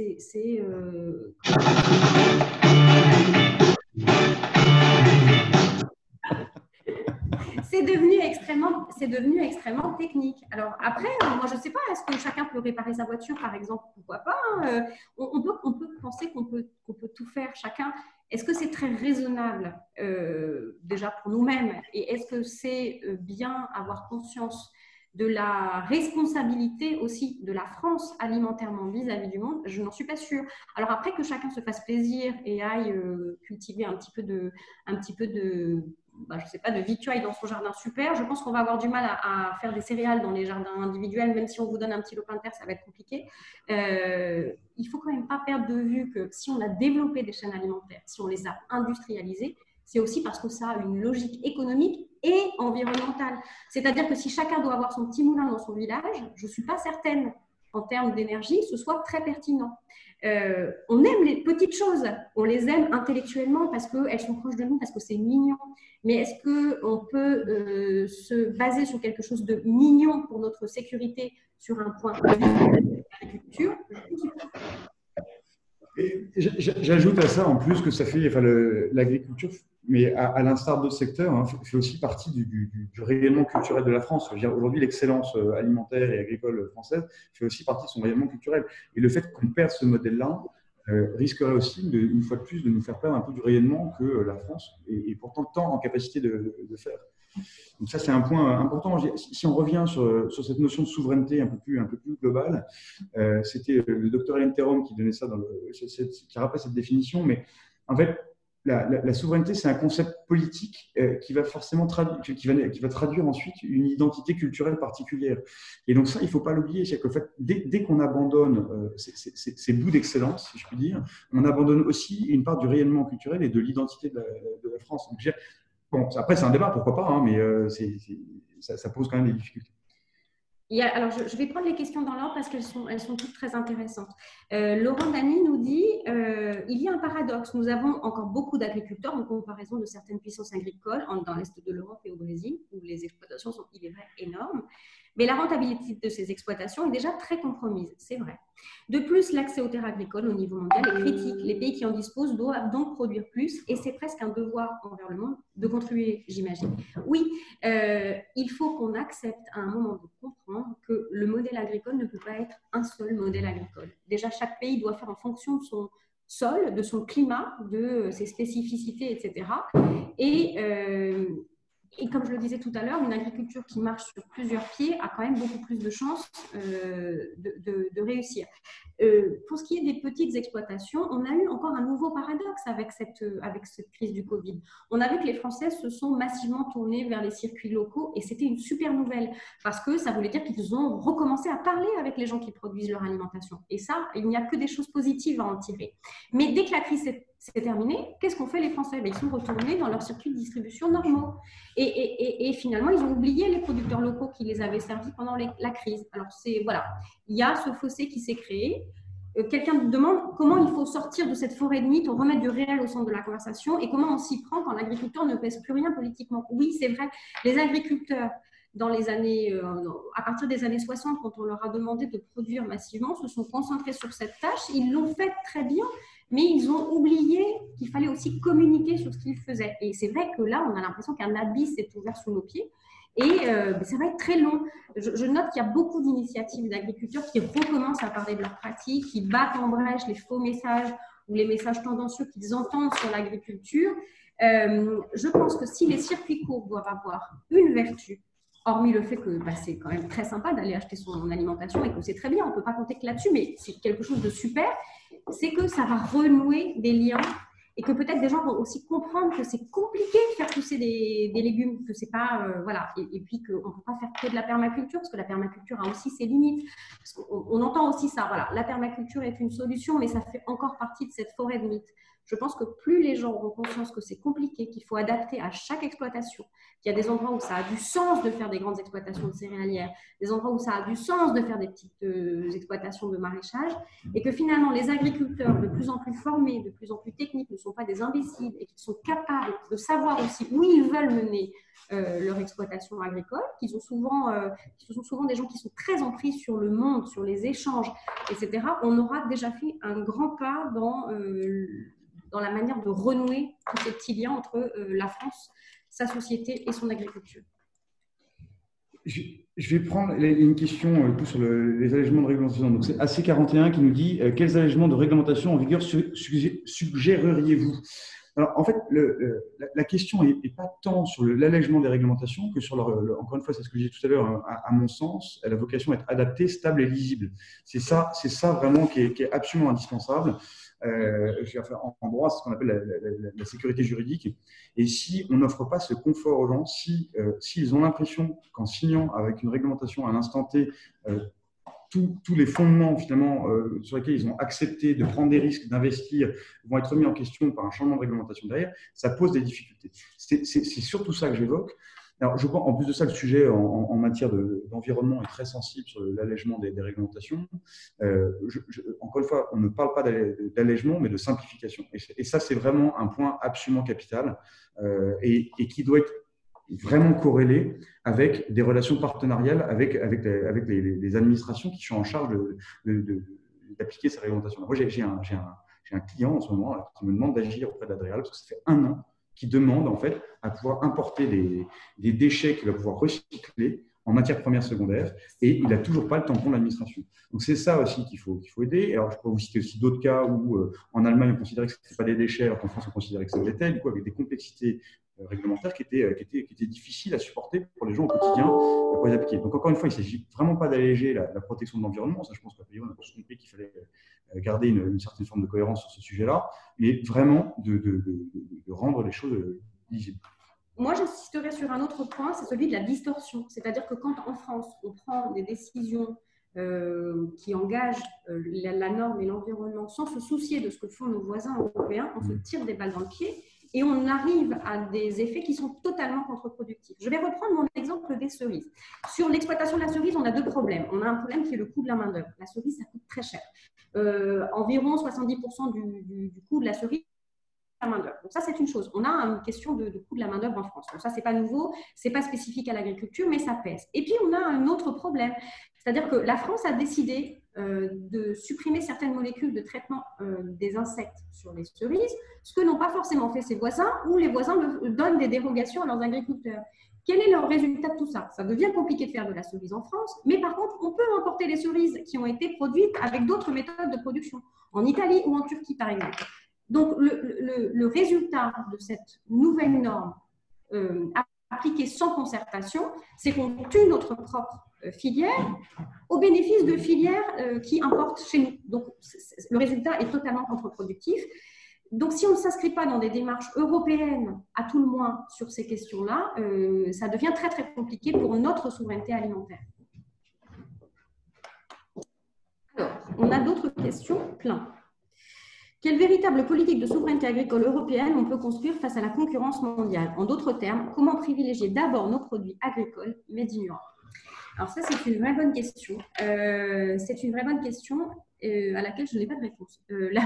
c'est devenu extrêmement technique. Alors après, moi je ne sais pas, est-ce que chacun peut réparer sa voiture, par exemple? Pourquoi pas, hein. On peut penser qu'on peut tout faire chacun. Est-ce que c'est très raisonnable déjà pour nous-mêmes? Et est-ce que c'est bien avoir conscience de la responsabilité aussi de la France alimentairement vis-à-vis du monde? Je n'en suis pas sûre. Alors après, que chacun se fasse plaisir et aille cultiver un petit peu de je sais pas, de victuailles dans son jardin, super. Je pense qu'on va avoir du mal à faire des céréales dans les jardins individuels, même si on vous donne un petit lopin de terre, ça va être compliqué. Il faut quand même pas perdre de vue que si on a développé des chaînes alimentaires, si on les a industrialisées, c'est aussi parce que ça a une logique économique et environnementale. C'est-à-dire que si chacun doit avoir son petit moulin dans son village, je ne suis pas certaine en termes d'énergie, ce soit très pertinent. On aime les petites choses, on les aime intellectuellement parce qu'elles sont proches de nous, parce que c'est mignon. Mais est-ce qu'on peut se baser sur quelque chose de mignon pour notre sécurité sur un point de vue de l'agriculture? Et j'ajoute à ça en plus que ça fait, enfin, l'agriculture, mais à l'instar d'autres secteurs, hein, fait aussi partie du rayonnement culturel de la France. Je veux dire, aujourd'hui, l'excellence alimentaire et agricole française fait aussi partie de son rayonnement culturel. Et le fait qu'on perde ce modèle-là risquerait aussi, une fois de plus, de nous faire perdre un peu du rayonnement que la France est pourtant tant en capacité de faire. Donc ça, c'est un point important. Si on revient sur cette notion de souveraineté un peu plus globale, c'était le docteur Hélène Théron qui donnait ça, qui rappelait cette définition. Mais en fait, la souveraineté, c'est un concept politique qui va forcément qui va traduire ensuite une identité culturelle particulière. Et donc ça, il ne faut pas l'oublier. C'est qu'en fait, dès qu'on abandonne ces bouts d'excellence, si je puis dire, on abandonne aussi une part du rayonnement culturel et de l'identité de la France. Donc, bon, après, c'est un débat, pourquoi pas, hein, mais ça pose quand même des difficultés. Alors, je vais prendre les questions dans l'ordre parce qu'elles sont toutes très intéressantes. Laurent Dany nous dit il y a un paradoxe. Nous avons encore beaucoup d'agriculteurs en comparaison de certaines puissances agricoles dans l'Est de l'Europe et au Brésil, où les exploitations sont, il est vrai, énormes. Mais la rentabilité de ces exploitations est déjà très compromise, c'est vrai. De plus, l'accès aux terres agricoles au niveau mondial est critique. Les pays qui en disposent doivent donc produire plus et c'est presque un devoir envers le monde de contribuer, j'imagine. Oui, il faut qu'on accepte à un moment de comprendre que le modèle agricole ne peut pas être un seul modèle agricole. Déjà, chaque pays doit faire en fonction de son sol, de son climat, de ses spécificités, etc. Et comme je le disais tout à l'heure, une agriculture qui marche sur plusieurs pieds a quand même beaucoup plus de chances de réussir. Pour ce qui est des petites exploitations, on a eu encore un nouveau paradoxe avec cette crise du Covid. On a vu que les Français se sont massivement tournés vers les circuits locaux et c'était une super nouvelle parce que ça voulait dire qu'ils ont recommencé à parler avec les gens qui produisent leur alimentation. Et ça, il n'y a que des choses positives à en tirer. Mais dès que la crise c'est terminé, qu'est-ce qu'ont fait les Français? Ils sont retournés dans leurs circuits de distribution normaux. Et finalement, ils ont oublié les producteurs locaux qui les avaient servis pendant la crise. Alors, voilà, il y a ce fossé qui s'est créé. Quelqu'un me demande comment il faut sortir de cette forêt de mythes, remettre du réel au centre de la conversation et comment on s'y prend quand l'agriculteur ne pèse plus rien politiquement. Oui, c'est vrai, les agriculteurs, à partir des années 60, quand on leur a demandé de produire massivement, se sont concentrés sur cette tâche. Ils l'ont fait très bien, mais ils ont oublié qu'il fallait aussi communiquer sur ce qu'ils faisaient. Et c'est vrai que là, on a l'impression qu'un abysse s'est ouvert sous nos pieds. Et ça va être très long. Je note qu'il y a beaucoup d'initiatives d'agriculteurs qui recommencent à parler de leurs pratiques, qui battent en brèche les faux messages ou les messages tendancieux qu'ils entendent sur l'agriculture. Je pense que si les circuits courts doivent avoir une vertu, hormis le fait que c'est quand même très sympa d'aller acheter son alimentation et que c'est très bien, on ne peut pas compter que là-dessus, mais c'est quelque chose de super, c'est que ça va renouer des liens et que peut-être des gens vont aussi comprendre que c'est compliqué de faire pousser des légumes, que c'est pas, voilà, et puis qu'on ne peut pas faire que de la permaculture, parce que la permaculture a aussi ses limites. Parce qu'on entend aussi ça, voilà, la permaculture est une solution, mais ça fait encore partie de cette forêt de mythes. Je pense que plus les gens auront conscience que c'est compliqué, qu'il faut adapter à chaque exploitation, qu'il y a des endroits où ça a du sens de faire des grandes exploitations de céréalières, des endroits où ça a du sens de faire des petites exploitations de maraîchage, et que finalement les agriculteurs de plus en plus formés, de plus en plus techniques, ne sont pas des imbéciles et qu'ils sont capables de savoir aussi où ils veulent mener leur exploitation agricole, qu'ils sont souvent des gens qui sont très en prise sur le monde, sur les échanges, etc. On aura déjà fait un grand pas dans la manière de renouer tous ces petits liens entre la France, sa société et son agriculture. Je vais prendre une question sur les allègements de réglementation. Donc, c'est AC41 qui nous dit quels allègements de réglementation en vigueur suggéreriez-vous? Alors, en fait, la question n'est pas tant sur l'allègement des réglementations que sur encore une fois, c'est ce que j'ai dit tout à l'heure, à mon sens, elle a vocation à être adaptée, stable et lisible. C'est ça vraiment qui est absolument indispensable. En droit, c'est ce qu'on appelle la sécurité juridique. Et si on n'offre pas ce confort aux gens, s'ils ont l'impression qu'en signant avec une réglementation à l'instant T, tous les fondements finalement sur lesquels ils ont accepté de prendre des risques, d'investir, vont être remis en question par un changement de réglementation derrière, ça pose des difficultés. C'est surtout ça que j'évoque. Alors, je pense, en plus de ça, le sujet en matière d'environnement est très sensible sur l'allègement des réglementations. Encore une fois, on ne parle pas d'allègement, mais de simplification. Et ça, c'est vraiment un point absolument capital et qui doit être vraiment corrélé avec des relations partenariales avec les administrations qui sont en charge d'appliquer ces réglementations. Moi, j'ai j'ai un client en ce moment là, qui me demande d'agir auprès d'Adréal parce que ça fait 1 an qu'il demande en fait à pouvoir importer des déchets qu'il va pouvoir recycler en matières premières secondaires et il n'a toujours pas le tampon de l'administration. Donc, c'est ça aussi qu'il faut aider. Alors, je peux vous citer aussi d'autres cas où en Allemagne, on considérait que ce n'était pas des déchets, alors qu'en France, on considérait que ça l'était, du coup, avec des complexités réglementaires qui étaient difficiles à supporter pour les gens au quotidien pour les appliquer. Donc, encore une fois, il ne s'agit vraiment pas d'alléger la protection de l'environnement. Ça, je pense qu'à priori, on a tous compris qu'il fallait garder une certaine forme de cohérence sur ce sujet-là, mais vraiment de rendre les choses lisibles. Moi, j'insisterai sur un autre point, c'est celui de la distorsion. C'est-à-dire que quand en France, on prend des décisions qui engagent la norme et l'environnement sans se soucier de ce que font nos voisins européens, on se tire des balles dans le pied et on arrive à des effets qui sont totalement contre-productifs. Je vais reprendre mon exemple des cerises. Sur l'exploitation de la cerise, on a 2 problèmes. On a un problème qui est le coût de la main-d'œuvre. La cerise, ça coûte très cher. Environ 70% du coût de la cerise, la main-d'œuvre. Donc ça, c'est une chose. On a une question de coût de la main-d'œuvre en France. Donc ça, c'est pas nouveau, c'est pas spécifique à l'agriculture, mais ça pèse. Et puis on a un autre problème, c'est-à-dire que la France a décidé de supprimer certaines molécules de traitement des insectes sur les cerises, ce que n'ont pas forcément fait ses voisins, ou les voisins donnent des dérogations à leurs agriculteurs. Quel est le résultat de tout ça? Ça devient compliqué de faire de la cerise en France, mais par contre, on peut importer les cerises qui ont été produites avec d'autres méthodes de production, en Italie ou en Turquie, par exemple. Donc, le résultat de cette nouvelle norme appliquée sans concertation, c'est qu'on tue notre propre filière au bénéfice de filières qui importent chez nous. Donc, le résultat est totalement contre-productif. Donc, si on ne s'inscrit pas dans des démarches européennes, à tout le moins, sur ces questions-là, ça devient très, très compliqué pour notre souveraineté alimentaire. Alors, on a d'autres questions, plein. Quelle véritable politique de souveraineté agricole européenne on peut construire face à la concurrence mondiale? En d'autres termes, comment privilégier d'abord nos produits agricoles made in Europe? Alors ça, c'est une vraie bonne question. C'est une vraie bonne question à laquelle je n'ai pas de réponse. La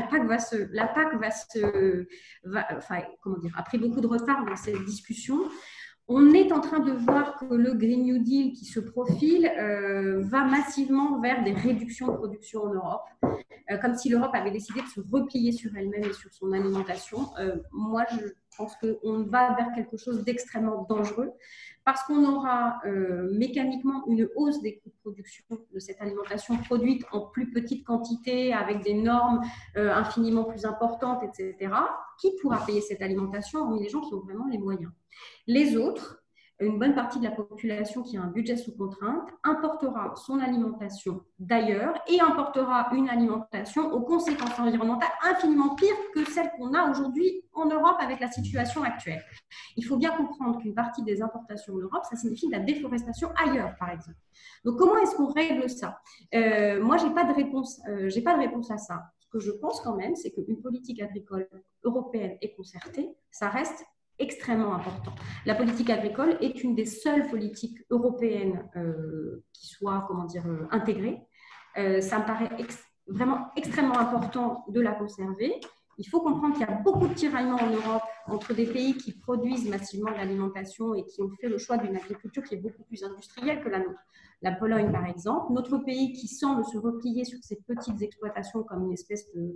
PAC a pris beaucoup de retard dans cette discussion. On est en train de voir que le Green New Deal qui se profile va massivement vers des réductions de production en Europe, comme si l'Europe avait décidé de se replier sur elle-même et sur son alimentation. Moi, je pense qu'on va vers quelque chose d'extrêmement dangereux parce qu'on aura mécaniquement une hausse des coûts de production de cette alimentation produite en plus petite quantité, avec des normes infiniment plus importantes, etc. Qui pourra payer cette alimentation, hormis les gens qui ont vraiment les moyens? Les autres, une bonne partie de la population qui a un budget sous contrainte, importera son alimentation d'ailleurs et importera une alimentation aux conséquences environnementales infiniment pires que celles qu'on a aujourd'hui en Europe avec la situation actuelle. Il faut bien comprendre qu'une partie des importations en Europe, ça signifie de la déforestation ailleurs, par exemple. Donc, comment est-ce qu'on règle ça? Moi, je n'ai pas de réponse à ça. Ce que je pense quand même, c'est qu'une politique agricole européenne et concertée, ça reste extrêmement important. La politique agricole est une des seules politiques européennes qui soit, intégrée. Ça me paraît vraiment extrêmement important de la conserver. Il faut comprendre qu'il y a beaucoup de tiraillements en Europe entre des pays qui produisent massivement de l'alimentation et qui ont fait le choix d'une agriculture qui est beaucoup plus industrielle que la nôtre. La Pologne, par exemple, notre pays qui semble se replier sur ces petites exploitations comme une espèce de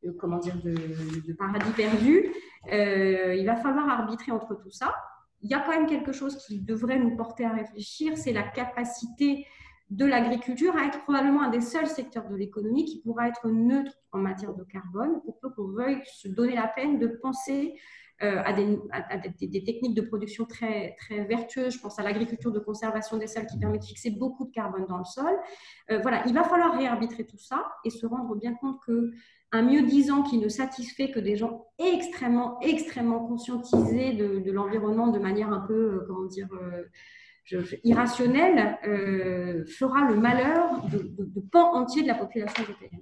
paradis perdu. Il va falloir arbitrer entre tout ça. Il y a quand même quelque chose qui devrait nous porter à réfléchir, c'est la capacité de l'agriculture à être probablement un des seuls secteurs de l'économie qui pourra être neutre en matière de carbone, pour peu qu'on veuille se donner la peine de penser à des techniques de production très, très vertueuses. Je pense à l'agriculture de conservation des sols qui permet de fixer beaucoup de carbone dans le sol. Voilà, il va falloir réarbitrer tout ça et se rendre bien compte qu'un mieux-disant qui ne satisfait que des gens extrêmement, extrêmement conscientisés de l'environnement de manière un peu, irrationnelle, fera le malheur de pans entiers de la population européenne.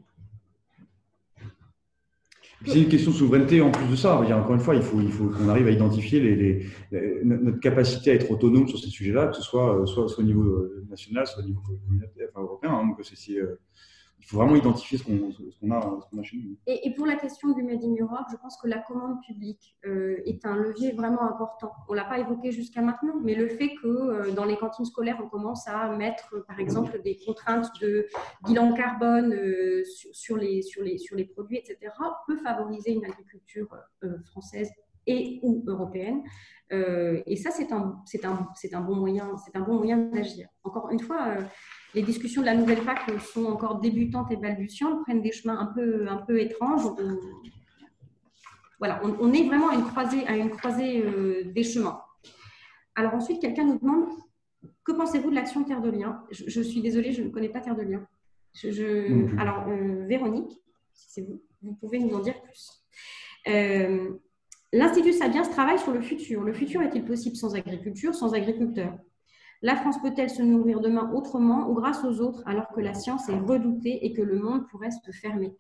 C'est une question de souveraineté en plus de ça. Encore une fois, il faut qu'on arrive à identifier notre capacité à être autonome sur ces sujets-là, que ce soit au niveau national, soit au niveau communautaire, européen. Donc il faut vraiment identifier ce qu'on a chez nous. Et pour la question du Made in Europe, je pense que la commande publique est un levier vraiment important. On ne l'a pas évoqué jusqu'à maintenant, mais le fait que dans les cantines scolaires, on commence à mettre, par exemple, des contraintes de bilan carbone sur les produits, etc., peut favoriser une agriculture française et ou européenne. Et ça, c'est un bon moyen d'agir. Encore une fois, les discussions de la nouvelle PAC sont encore débutantes et balbutiantes, prennent des chemins un peu étranges. Voilà, on est vraiment à une croisée des chemins. Alors ensuite, quelqu'un nous demande, que pensez-vous de l'action Terre de Liens? Je suis désolée, je ne connais pas Terre de Liens. Alors, Véronique, si c'est vous, vous pouvez nous en dire plus. L'Institut Sapiens travaille sur le futur. Le futur est-il possible sans agriculture, sans agriculteurs? La France peut-elle se nourrir demain autrement ou grâce aux autres alors que la science est redoutée et que le monde pourrait se fermer?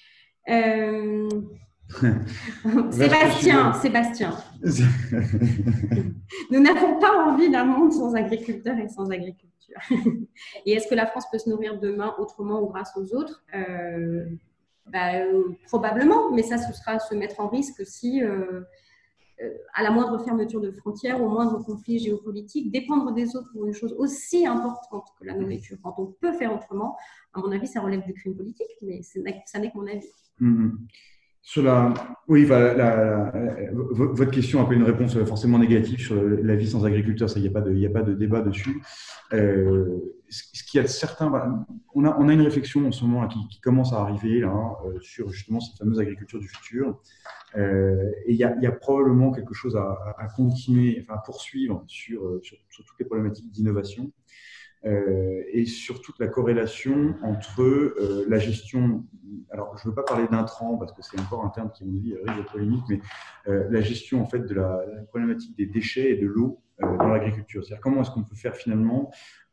Sébastien. Nous n'avons pas envie d'un monde sans agriculteurs et sans agriculture. Et est-ce que la France peut se nourrir demain autrement ou grâce aux autres? Probablement, mais ça, ce sera se mettre en risque si, à la moindre fermeture de frontières, au moindre conflit géopolitique, dépendre des autres pour une chose aussi importante que la nourriture. Quand on peut faire autrement, à mon avis, ça relève du crime politique, mais ça n'est que mon avis. Oui, votre question a pas une réponse forcément négative sur la vie sans agriculteurs, ça, il n'y a pas de débat dessus. Ce qu'il y a de certain, on a une réflexion en ce moment là, qui commence à arriver là, sur justement cette fameuse agriculture du futur. Et il y a probablement quelque chose à continuer, enfin à poursuivre sur toutes les problématiques d'innovation. Et sur toute la corrélation entre la gestion, alors je ne veux pas parler d'intrants parce que c'est encore un terme qui, à mon avis, risque de polémique, mais la gestion en fait de la problématique des déchets et de l'eau dans l'agriculture. C'est-à-dire comment est-ce qu'on peut faire finalement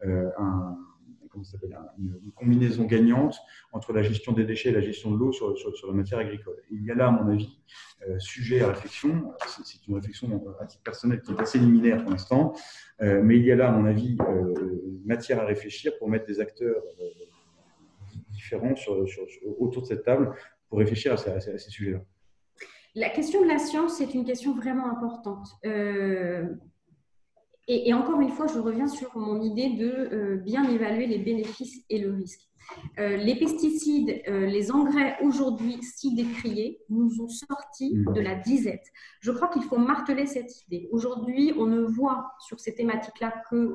une combinaison gagnante entre la gestion des déchets et la gestion de l'eau sur la matière agricole. Et il y a là, à mon avis, sujet à réflexion. C'est une réflexion à titre personnel qui est assez liminaire pour l'instant, mais il y a là, à mon avis, matière à réfléchir pour mettre des acteurs différents autour de cette table pour réfléchir à ces sujets-là. La question de la science, c'est une question vraiment importante. Et encore une fois, je reviens sur mon idée de bien évaluer les bénéfices et le risque. Les pesticides, les engrais aujourd'hui si décriés nous ont sortis de la disette. Je crois qu'il faut marteler cette idée. Aujourd'hui, on ne voit sur ces thématiques-là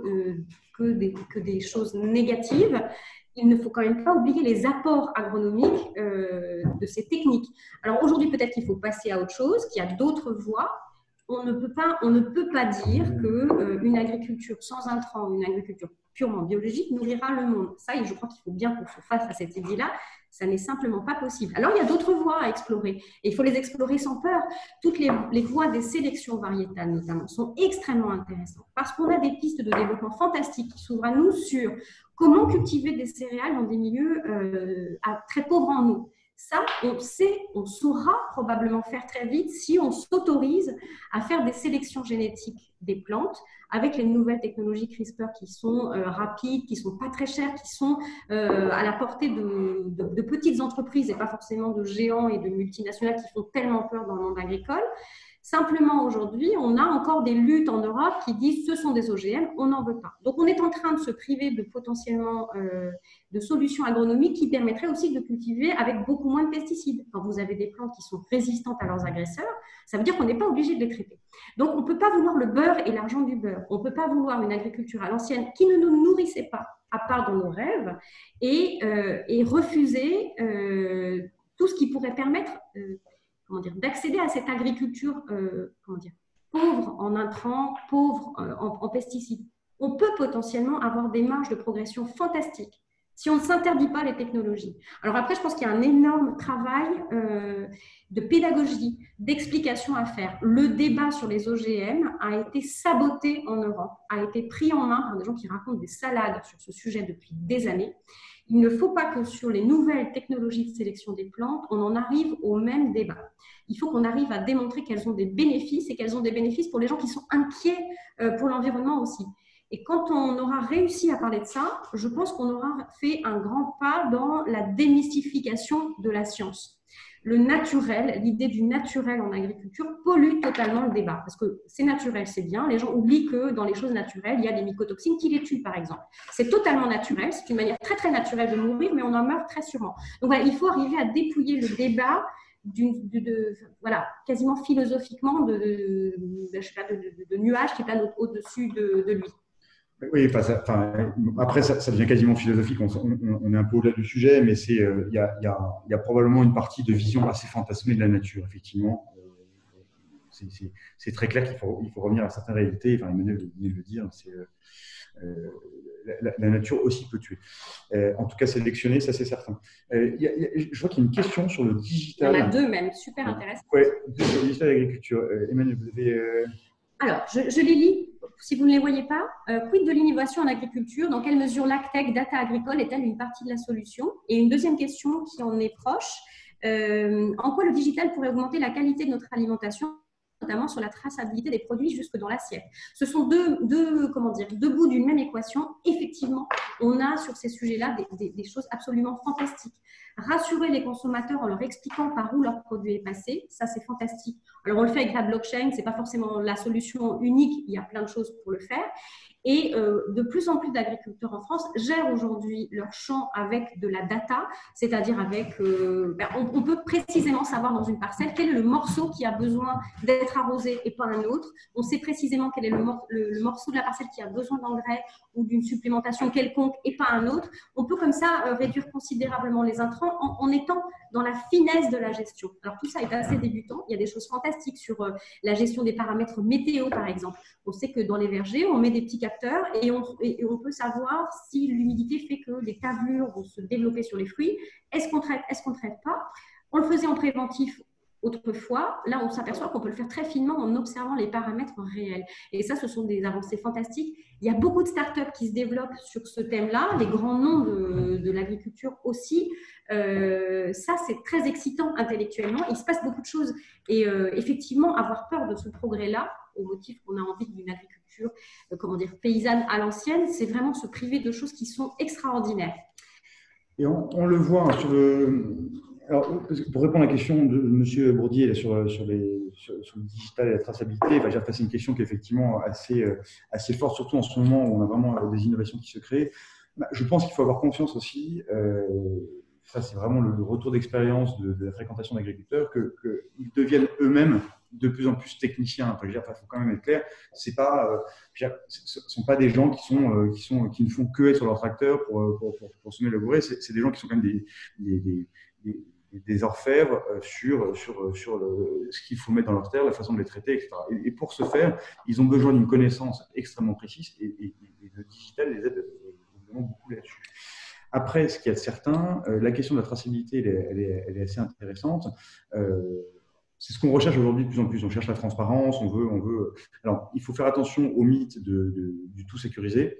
que des choses négatives. Il ne faut quand même pas oublier les apports agronomiques de ces techniques. Alors aujourd'hui, peut-être qu'il faut passer à autre chose, qu'il y a d'autres voies. On ne peut pas dire qu'une agriculture sans intrants, une agriculture purement biologique nourrira le monde. Ça, et je crois qu'il faut bien qu'on se fasse à cette idée-là. Ça n'est simplement pas possible. Alors, il y a d'autres voies à explorer. Et il faut les explorer sans peur. Toutes les voies des sélections variétales, notamment, sont extrêmement intéressantes parce qu'on a des pistes de développement fantastiques qui s'ouvrent à nous sur comment cultiver des céréales dans des milieux très pauvres en eau. Ça, on saura probablement faire très vite si on s'autorise à faire des sélections génétiques des plantes avec les nouvelles technologies CRISPR qui sont rapides, qui ne sont pas très chères, qui sont à la portée de petites entreprises et pas forcément de géants et de multinationales qui font tellement peur dans le monde agricole. Simplement, aujourd'hui, on a encore des luttes en Europe qui disent ce sont des OGM, on n'en veut pas. Donc, on est en train de se priver de potentiellement de solutions agronomiques qui permettraient aussi de cultiver avec beaucoup moins de pesticides. Quand vous avez des plantes qui sont résistantes à leurs agresseurs, ça veut dire qu'on n'est pas obligé de les traiter. Donc, on ne peut pas vouloir le beurre et l'argent du beurre. On ne peut pas vouloir une agriculture à l'ancienne qui ne nous nourrissait pas, à part dans nos rêves, et refuser tout ce qui pourrait permettre d'accéder à cette agriculture pauvre en intrants, pauvre en pesticides. On peut potentiellement avoir des marges de progression fantastiques si on ne s'interdit pas les technologies. Alors après, je pense qu'il y a un énorme travail de pédagogie, d'explication à faire. Le débat sur les OGM a été saboté en Europe, a été pris en main par des gens qui racontent des salades sur ce sujet depuis des années. Il ne faut pas que sur les nouvelles technologies de sélection des plantes, on en arrive au même débat. Il faut qu'on arrive à démontrer qu'elles ont des bénéfices et qu'elles ont des bénéfices pour les gens qui sont inquiets pour l'environnement aussi. Et quand on aura réussi à parler de ça, je pense qu'on aura fait un grand pas dans la démystification de la science. Le naturel, l'idée du naturel en agriculture pollue totalement le débat. Parce que c'est naturel, c'est bien. Les gens oublient que dans les choses naturelles, il y a des mycotoxines qui les tuent, par exemple. C'est totalement naturel. C'est une manière très, très naturelle de mourir, mais on en meurt très sûrement. Donc voilà, il faut arriver à dépouiller le débat voilà, quasiment philosophiquement de nuages qui planent au-dessus de lui. Oui, après, ça devient quasiment philosophique. On est un peu au-delà du sujet, mais il y a probablement une partie de vision assez fantasmée de la nature, effectivement. C'est très clair qu'il faut revenir à certaines réalités. Enfin, Emmanuel venait de le dire, la nature aussi peut tuer. En tout cas, sélectionner, ça c'est certain. Je vois qu'il y a une question sur le digital. Il y en a deux même, super intéressant. Oui, sur le digital agriculture. Emmanuel, vous avez… Alors, je les lis. Si vous ne les voyez pas, quid de l'innovation en agriculture? Dans quelle mesure l'AgTech, data agricole, est-elle une partie de la solution? Et une deuxième question qui en est proche, en quoi le digital pourrait augmenter la qualité de notre alimentation, notamment sur la traçabilité des produits jusque dans l'assiette? Ce sont deux bouts d'une même équation. Effectivement, on a sur ces sujets-là des choses absolument fantastiques. Rassurer les consommateurs en leur expliquant par où leur produit est passé, ça c'est fantastique. Alors on le fait avec la blockchain, c'est pas forcément la solution unique, il y a plein de choses pour le faire. Et de plus en plus d'agriculteurs en France gèrent aujourd'hui leur champ avec de la data, c'est-à-dire avec, on peut précisément savoir dans une parcelle quel est le morceau qui a besoin d'être arrosé et pas un autre. On sait précisément quel est le morceau de la parcelle qui a besoin d'engrais ou d'une supplémentation quelconque et pas un autre. On peut comme ça réduire considérablement les intrants en étant dans la finesse de la gestion. Alors tout ça est assez débutant. Il y a des choses fantastiques sur la gestion des paramètres météo, par exemple. On sait que dans les vergers, on met des petits capteurs et on peut savoir si l'humidité fait que les tablures vont se développer sur les fruits. Est-ce qu'on traite, est-ce qu'on ne traite pas? On le faisait en préventif autrefois. Là, on s'aperçoit qu'on peut le faire très finement en observant les paramètres réels. Et ça, ce sont des avancées fantastiques. Il y a beaucoup de startups qui se développent sur ce thème-là, les grands noms de l'agriculture aussi. Ça, c'est très excitant intellectuellement. Il se passe beaucoup de choses. Et effectivement, avoir peur de ce progrès-là, au motif qu'on a envie d'une agriculture, paysanne à l'ancienne, c'est vraiment se priver de choses qui sont extraordinaires. Et on le voit sur le… Alors, pour répondre à la question de M. Bourdier sur le digital et la traçabilité, c'est une question qui est effectivement assez forte, surtout en ce moment où on a vraiment des innovations qui se créent. Je pense qu'il faut avoir confiance aussi, ça c'est vraiment le retour d'expérience de la fréquentation d'agriculteurs, qu'ils deviennent eux-mêmes de plus en plus techniciens. Il faut quand même être clair, ce ne sont pas des gens qui ne font que être sur leur tracteur pour semer le labourer, c'est des gens qui sont quand même des orfèvres sur ce qu'il faut mettre dans leur terre, la façon de les traiter, etc. Et pour ce faire, ils ont besoin d'une connaissance extrêmement précise et le digital les aide vraiment beaucoup là-dessus. Après, ce qu'il y a de certain, la question de la traçabilité, elle est assez intéressante. C'est ce qu'on recherche aujourd'hui de plus en plus. On cherche la transparence, on veut. Alors, il faut faire attention au mythe du tout sécurisé.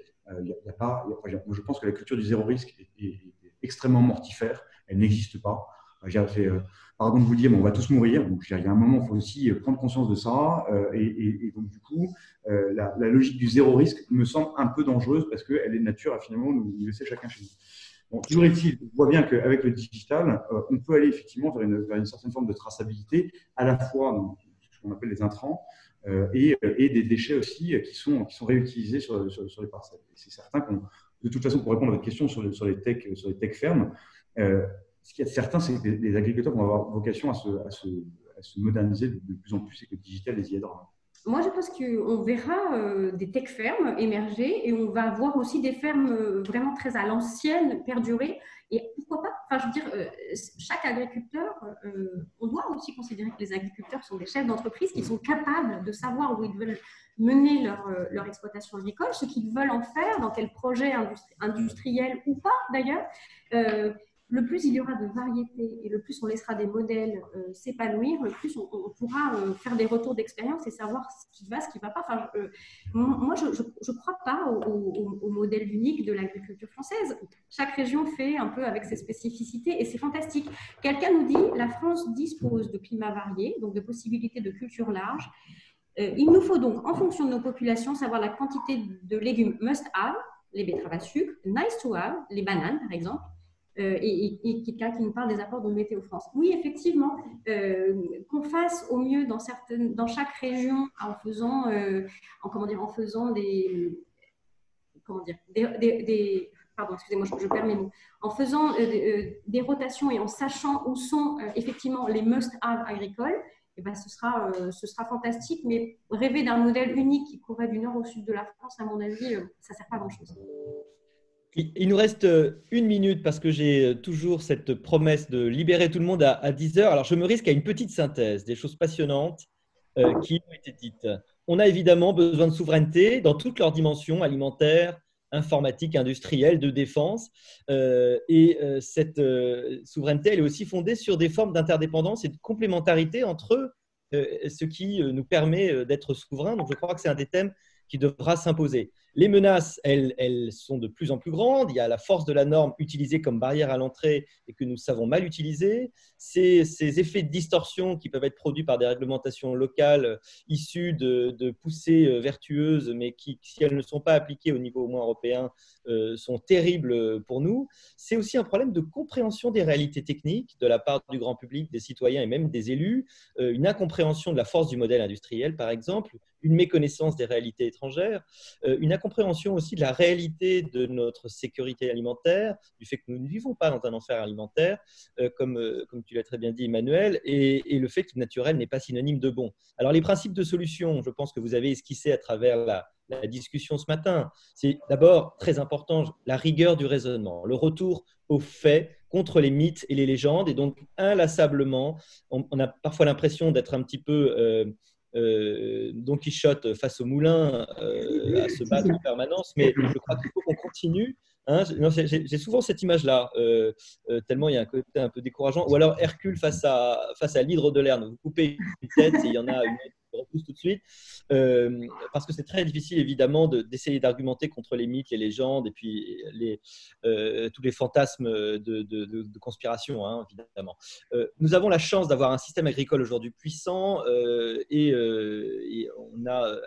Je pense que la culture du zéro risque est extrêmement mortifère. Elle n'existe pas. Pardon de vous dire, mais on va tous mourir. Donc, il y a un moment, il faut aussi prendre conscience de ça. Et donc, du coup, la logique du zéro risque me semble un peu dangereuse parce qu'elle est de nature à finalement nous laisser chacun chez nous. Bon, toujours est-il, on voit bien qu'avec le digital, on peut aller effectivement vers une certaine forme de traçabilité, à la fois dans ce qu'on appelle les intrants et des déchets aussi qui sont réutilisés sur les parcelles. Et c'est certain de toute façon, pour répondre à votre question sur les tech fermes, ce qui est certain, c'est que les agriculteurs vont avoir vocation à se moderniser de plus en plus et que le digital les y aidera. Moi, je pense qu'on verra des tech fermes émerger et on va voir aussi des fermes vraiment très à l'ancienne perdurer. Et pourquoi pas, chaque agriculteur, on doit aussi considérer que les agriculteurs sont des chefs d'entreprise qui sont capables de savoir où ils veulent mener leur exploitation agricole, ce qu'ils veulent en faire, dans quel projet industriel ou pas d'ailleurs. Le plus il y aura de variété et le plus on laissera des modèles s'épanouir, le plus on pourra faire des retours d'expérience et savoir ce qui va pas. Moi, je ne crois pas au modèle unique de l'agriculture française. Chaque région fait un peu avec ses spécificités et c'est fantastique. Quelqu'un nous dit la France dispose de climats variés, donc de possibilités de culture large. Il nous faut donc, en fonction de nos populations, savoir la quantité de légumes must-have, les betteraves à sucre, nice-to-have, les bananes par exemple, et quelqu'un qui nous parle des apports de Météo France. Oui, effectivement, qu'on fasse au mieux dans chaque région en faisant, en faisant pardon, excusez-moi, je perds mes mots, en faisant des rotations et en sachant où sont effectivement les must-have agricoles. Eh ben, ce sera fantastique, mais rêver d'un modèle unique qui courrait du nord au sud de la France, à mon avis, ça ne sert pas à grand-chose. Il nous reste 1 minute parce que j'ai toujours cette promesse de libérer tout le monde à 10 heures. Alors, je me risque à une petite synthèse des choses passionnantes qui ont été dites. On a évidemment besoin de souveraineté dans toutes leurs dimensions, alimentaire, informatique, industrielle, de défense. Cette souveraineté, elle est aussi fondée sur des formes d'interdépendance et de complémentarité entre ce qui nous permet d'être souverains. Donc, je crois que c'est un des thèmes qui devra s'imposer. Les menaces, elles sont de plus en plus grandes. Il y a la force de la norme utilisée comme barrière à l'entrée et que nous savons mal utiliser. Ces effets de distorsion qui peuvent être produits par des réglementations locales issues de poussées vertueuses, mais qui, si elles ne sont pas appliquées au niveau au moins européen, sont terribles pour nous. C'est aussi un problème de compréhension des réalités techniques de la part du grand public, des citoyens et même des élus. Une incompréhension de la force du modèle industriel, par exemple, une méconnaissance des réalités étrangères, une incompréhension aussi de la réalité de notre sécurité alimentaire, du fait que nous ne vivons pas dans un enfer alimentaire, comme tu l'as très bien dit, Emmanuel, et le fait que le naturel n'est pas synonyme de bon. Alors, les principes de solution, je pense que vous avez esquissé à travers la discussion ce matin. C'est d'abord très important la rigueur du raisonnement, le retour aux faits contre les mythes et les légendes. Et donc, inlassablement, on a parfois l'impression d'être un petit peu Don Quichotte face au moulin à se battre en permanence, mais je crois qu'il faut qu'on continue. Hein, j'ai souvent cette image-là, tellement il y a un côté un peu décourageant. Ou alors Hercule face à l'hydre de Lerne. Vous coupez une tête et il y en a une autre qui repousse tout de suite. Parce que c'est très difficile, évidemment, d'essayer d'argumenter contre les mythes, les légendes et puis tous les fantasmes de conspiration, hein, évidemment. Nous avons la chance d'avoir un système agricole aujourd'hui puissant et on a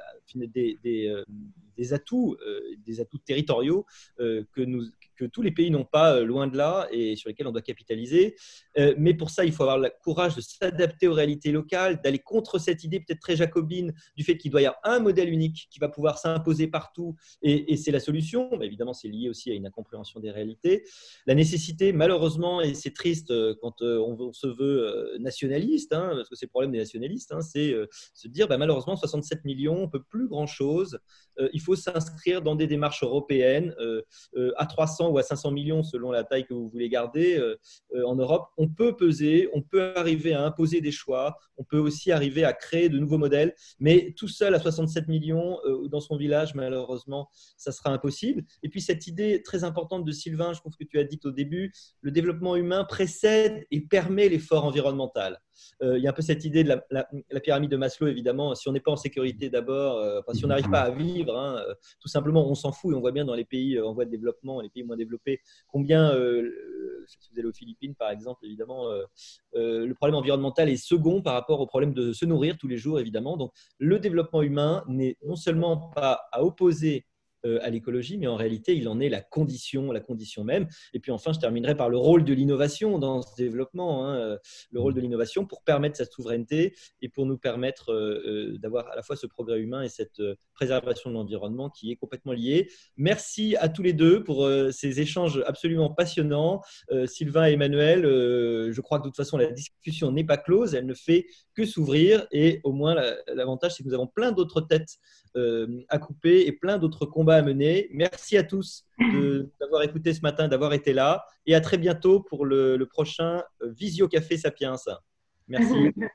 des atouts territoriaux que tous les pays n'ont pas, loin de là, et sur lesquels on doit capitaliser. Mais pour ça, il faut avoir le courage de s'adapter aux réalités locales, d'aller contre cette idée peut-être très jacobine du fait qu'il doit y avoir un modèle unique qui va pouvoir s'imposer partout, et c'est la solution. Mais évidemment, c'est lié aussi à une incompréhension des réalités. La nécessité, malheureusement, et c'est triste quand on se veut nationaliste, hein, parce que c'est le problème des nationalistes, hein, c'est se dire malheureusement 67 millions, on ne peut plus grand-chose. Il faut s'inscrire dans des démarches européennes à 300 ou à 500 millions selon la taille que vous voulez garder en Europe. On peut peser, on peut arriver à imposer des choix, on peut aussi arriver à créer de nouveaux modèles, mais tout seul à 67 millions dans son village, malheureusement, ça sera impossible. Et puis cette idée très importante de Sylvain, je trouve que tu as dit au début, le développement humain précède et permet l'effort environnemental. Il y a un peu cette idée de la pyramide de Maslow, évidemment. Si on n'est pas en sécurité d'abord, si on n'arrive pas à vivre, hein, tout simplement, on s'en fout. Et on voit bien dans les pays en voie de développement, les pays moins développés, combien, si vous allez aux Philippines, par exemple, évidemment, le problème environnemental est second par rapport au problème de se nourrir tous les jours, évidemment. Donc, le développement humain n'est non seulement pas à opposer à l'écologie, mais en réalité, il en est la condition même. Et puis enfin, je terminerai par le rôle de l'innovation dans ce développement, hein, le rôle de l'innovation pour permettre cette souveraineté et pour nous permettre d'avoir à la fois ce progrès humain et cette préservation de l'environnement qui est complètement liée. Merci à tous les deux pour ces échanges absolument passionnants. Sylvain et Emmanuel, je crois que de toute façon, la discussion n'est pas close, elle ne fait que s'ouvrir et au moins l'avantage, c'est que nous avons plein d'autres têtes à couper et plein d'autres combats à mener. Merci à tous d'avoir écouté ce matin, d'avoir été là et à très bientôt pour le prochain Visio Café Sapiens. Merci.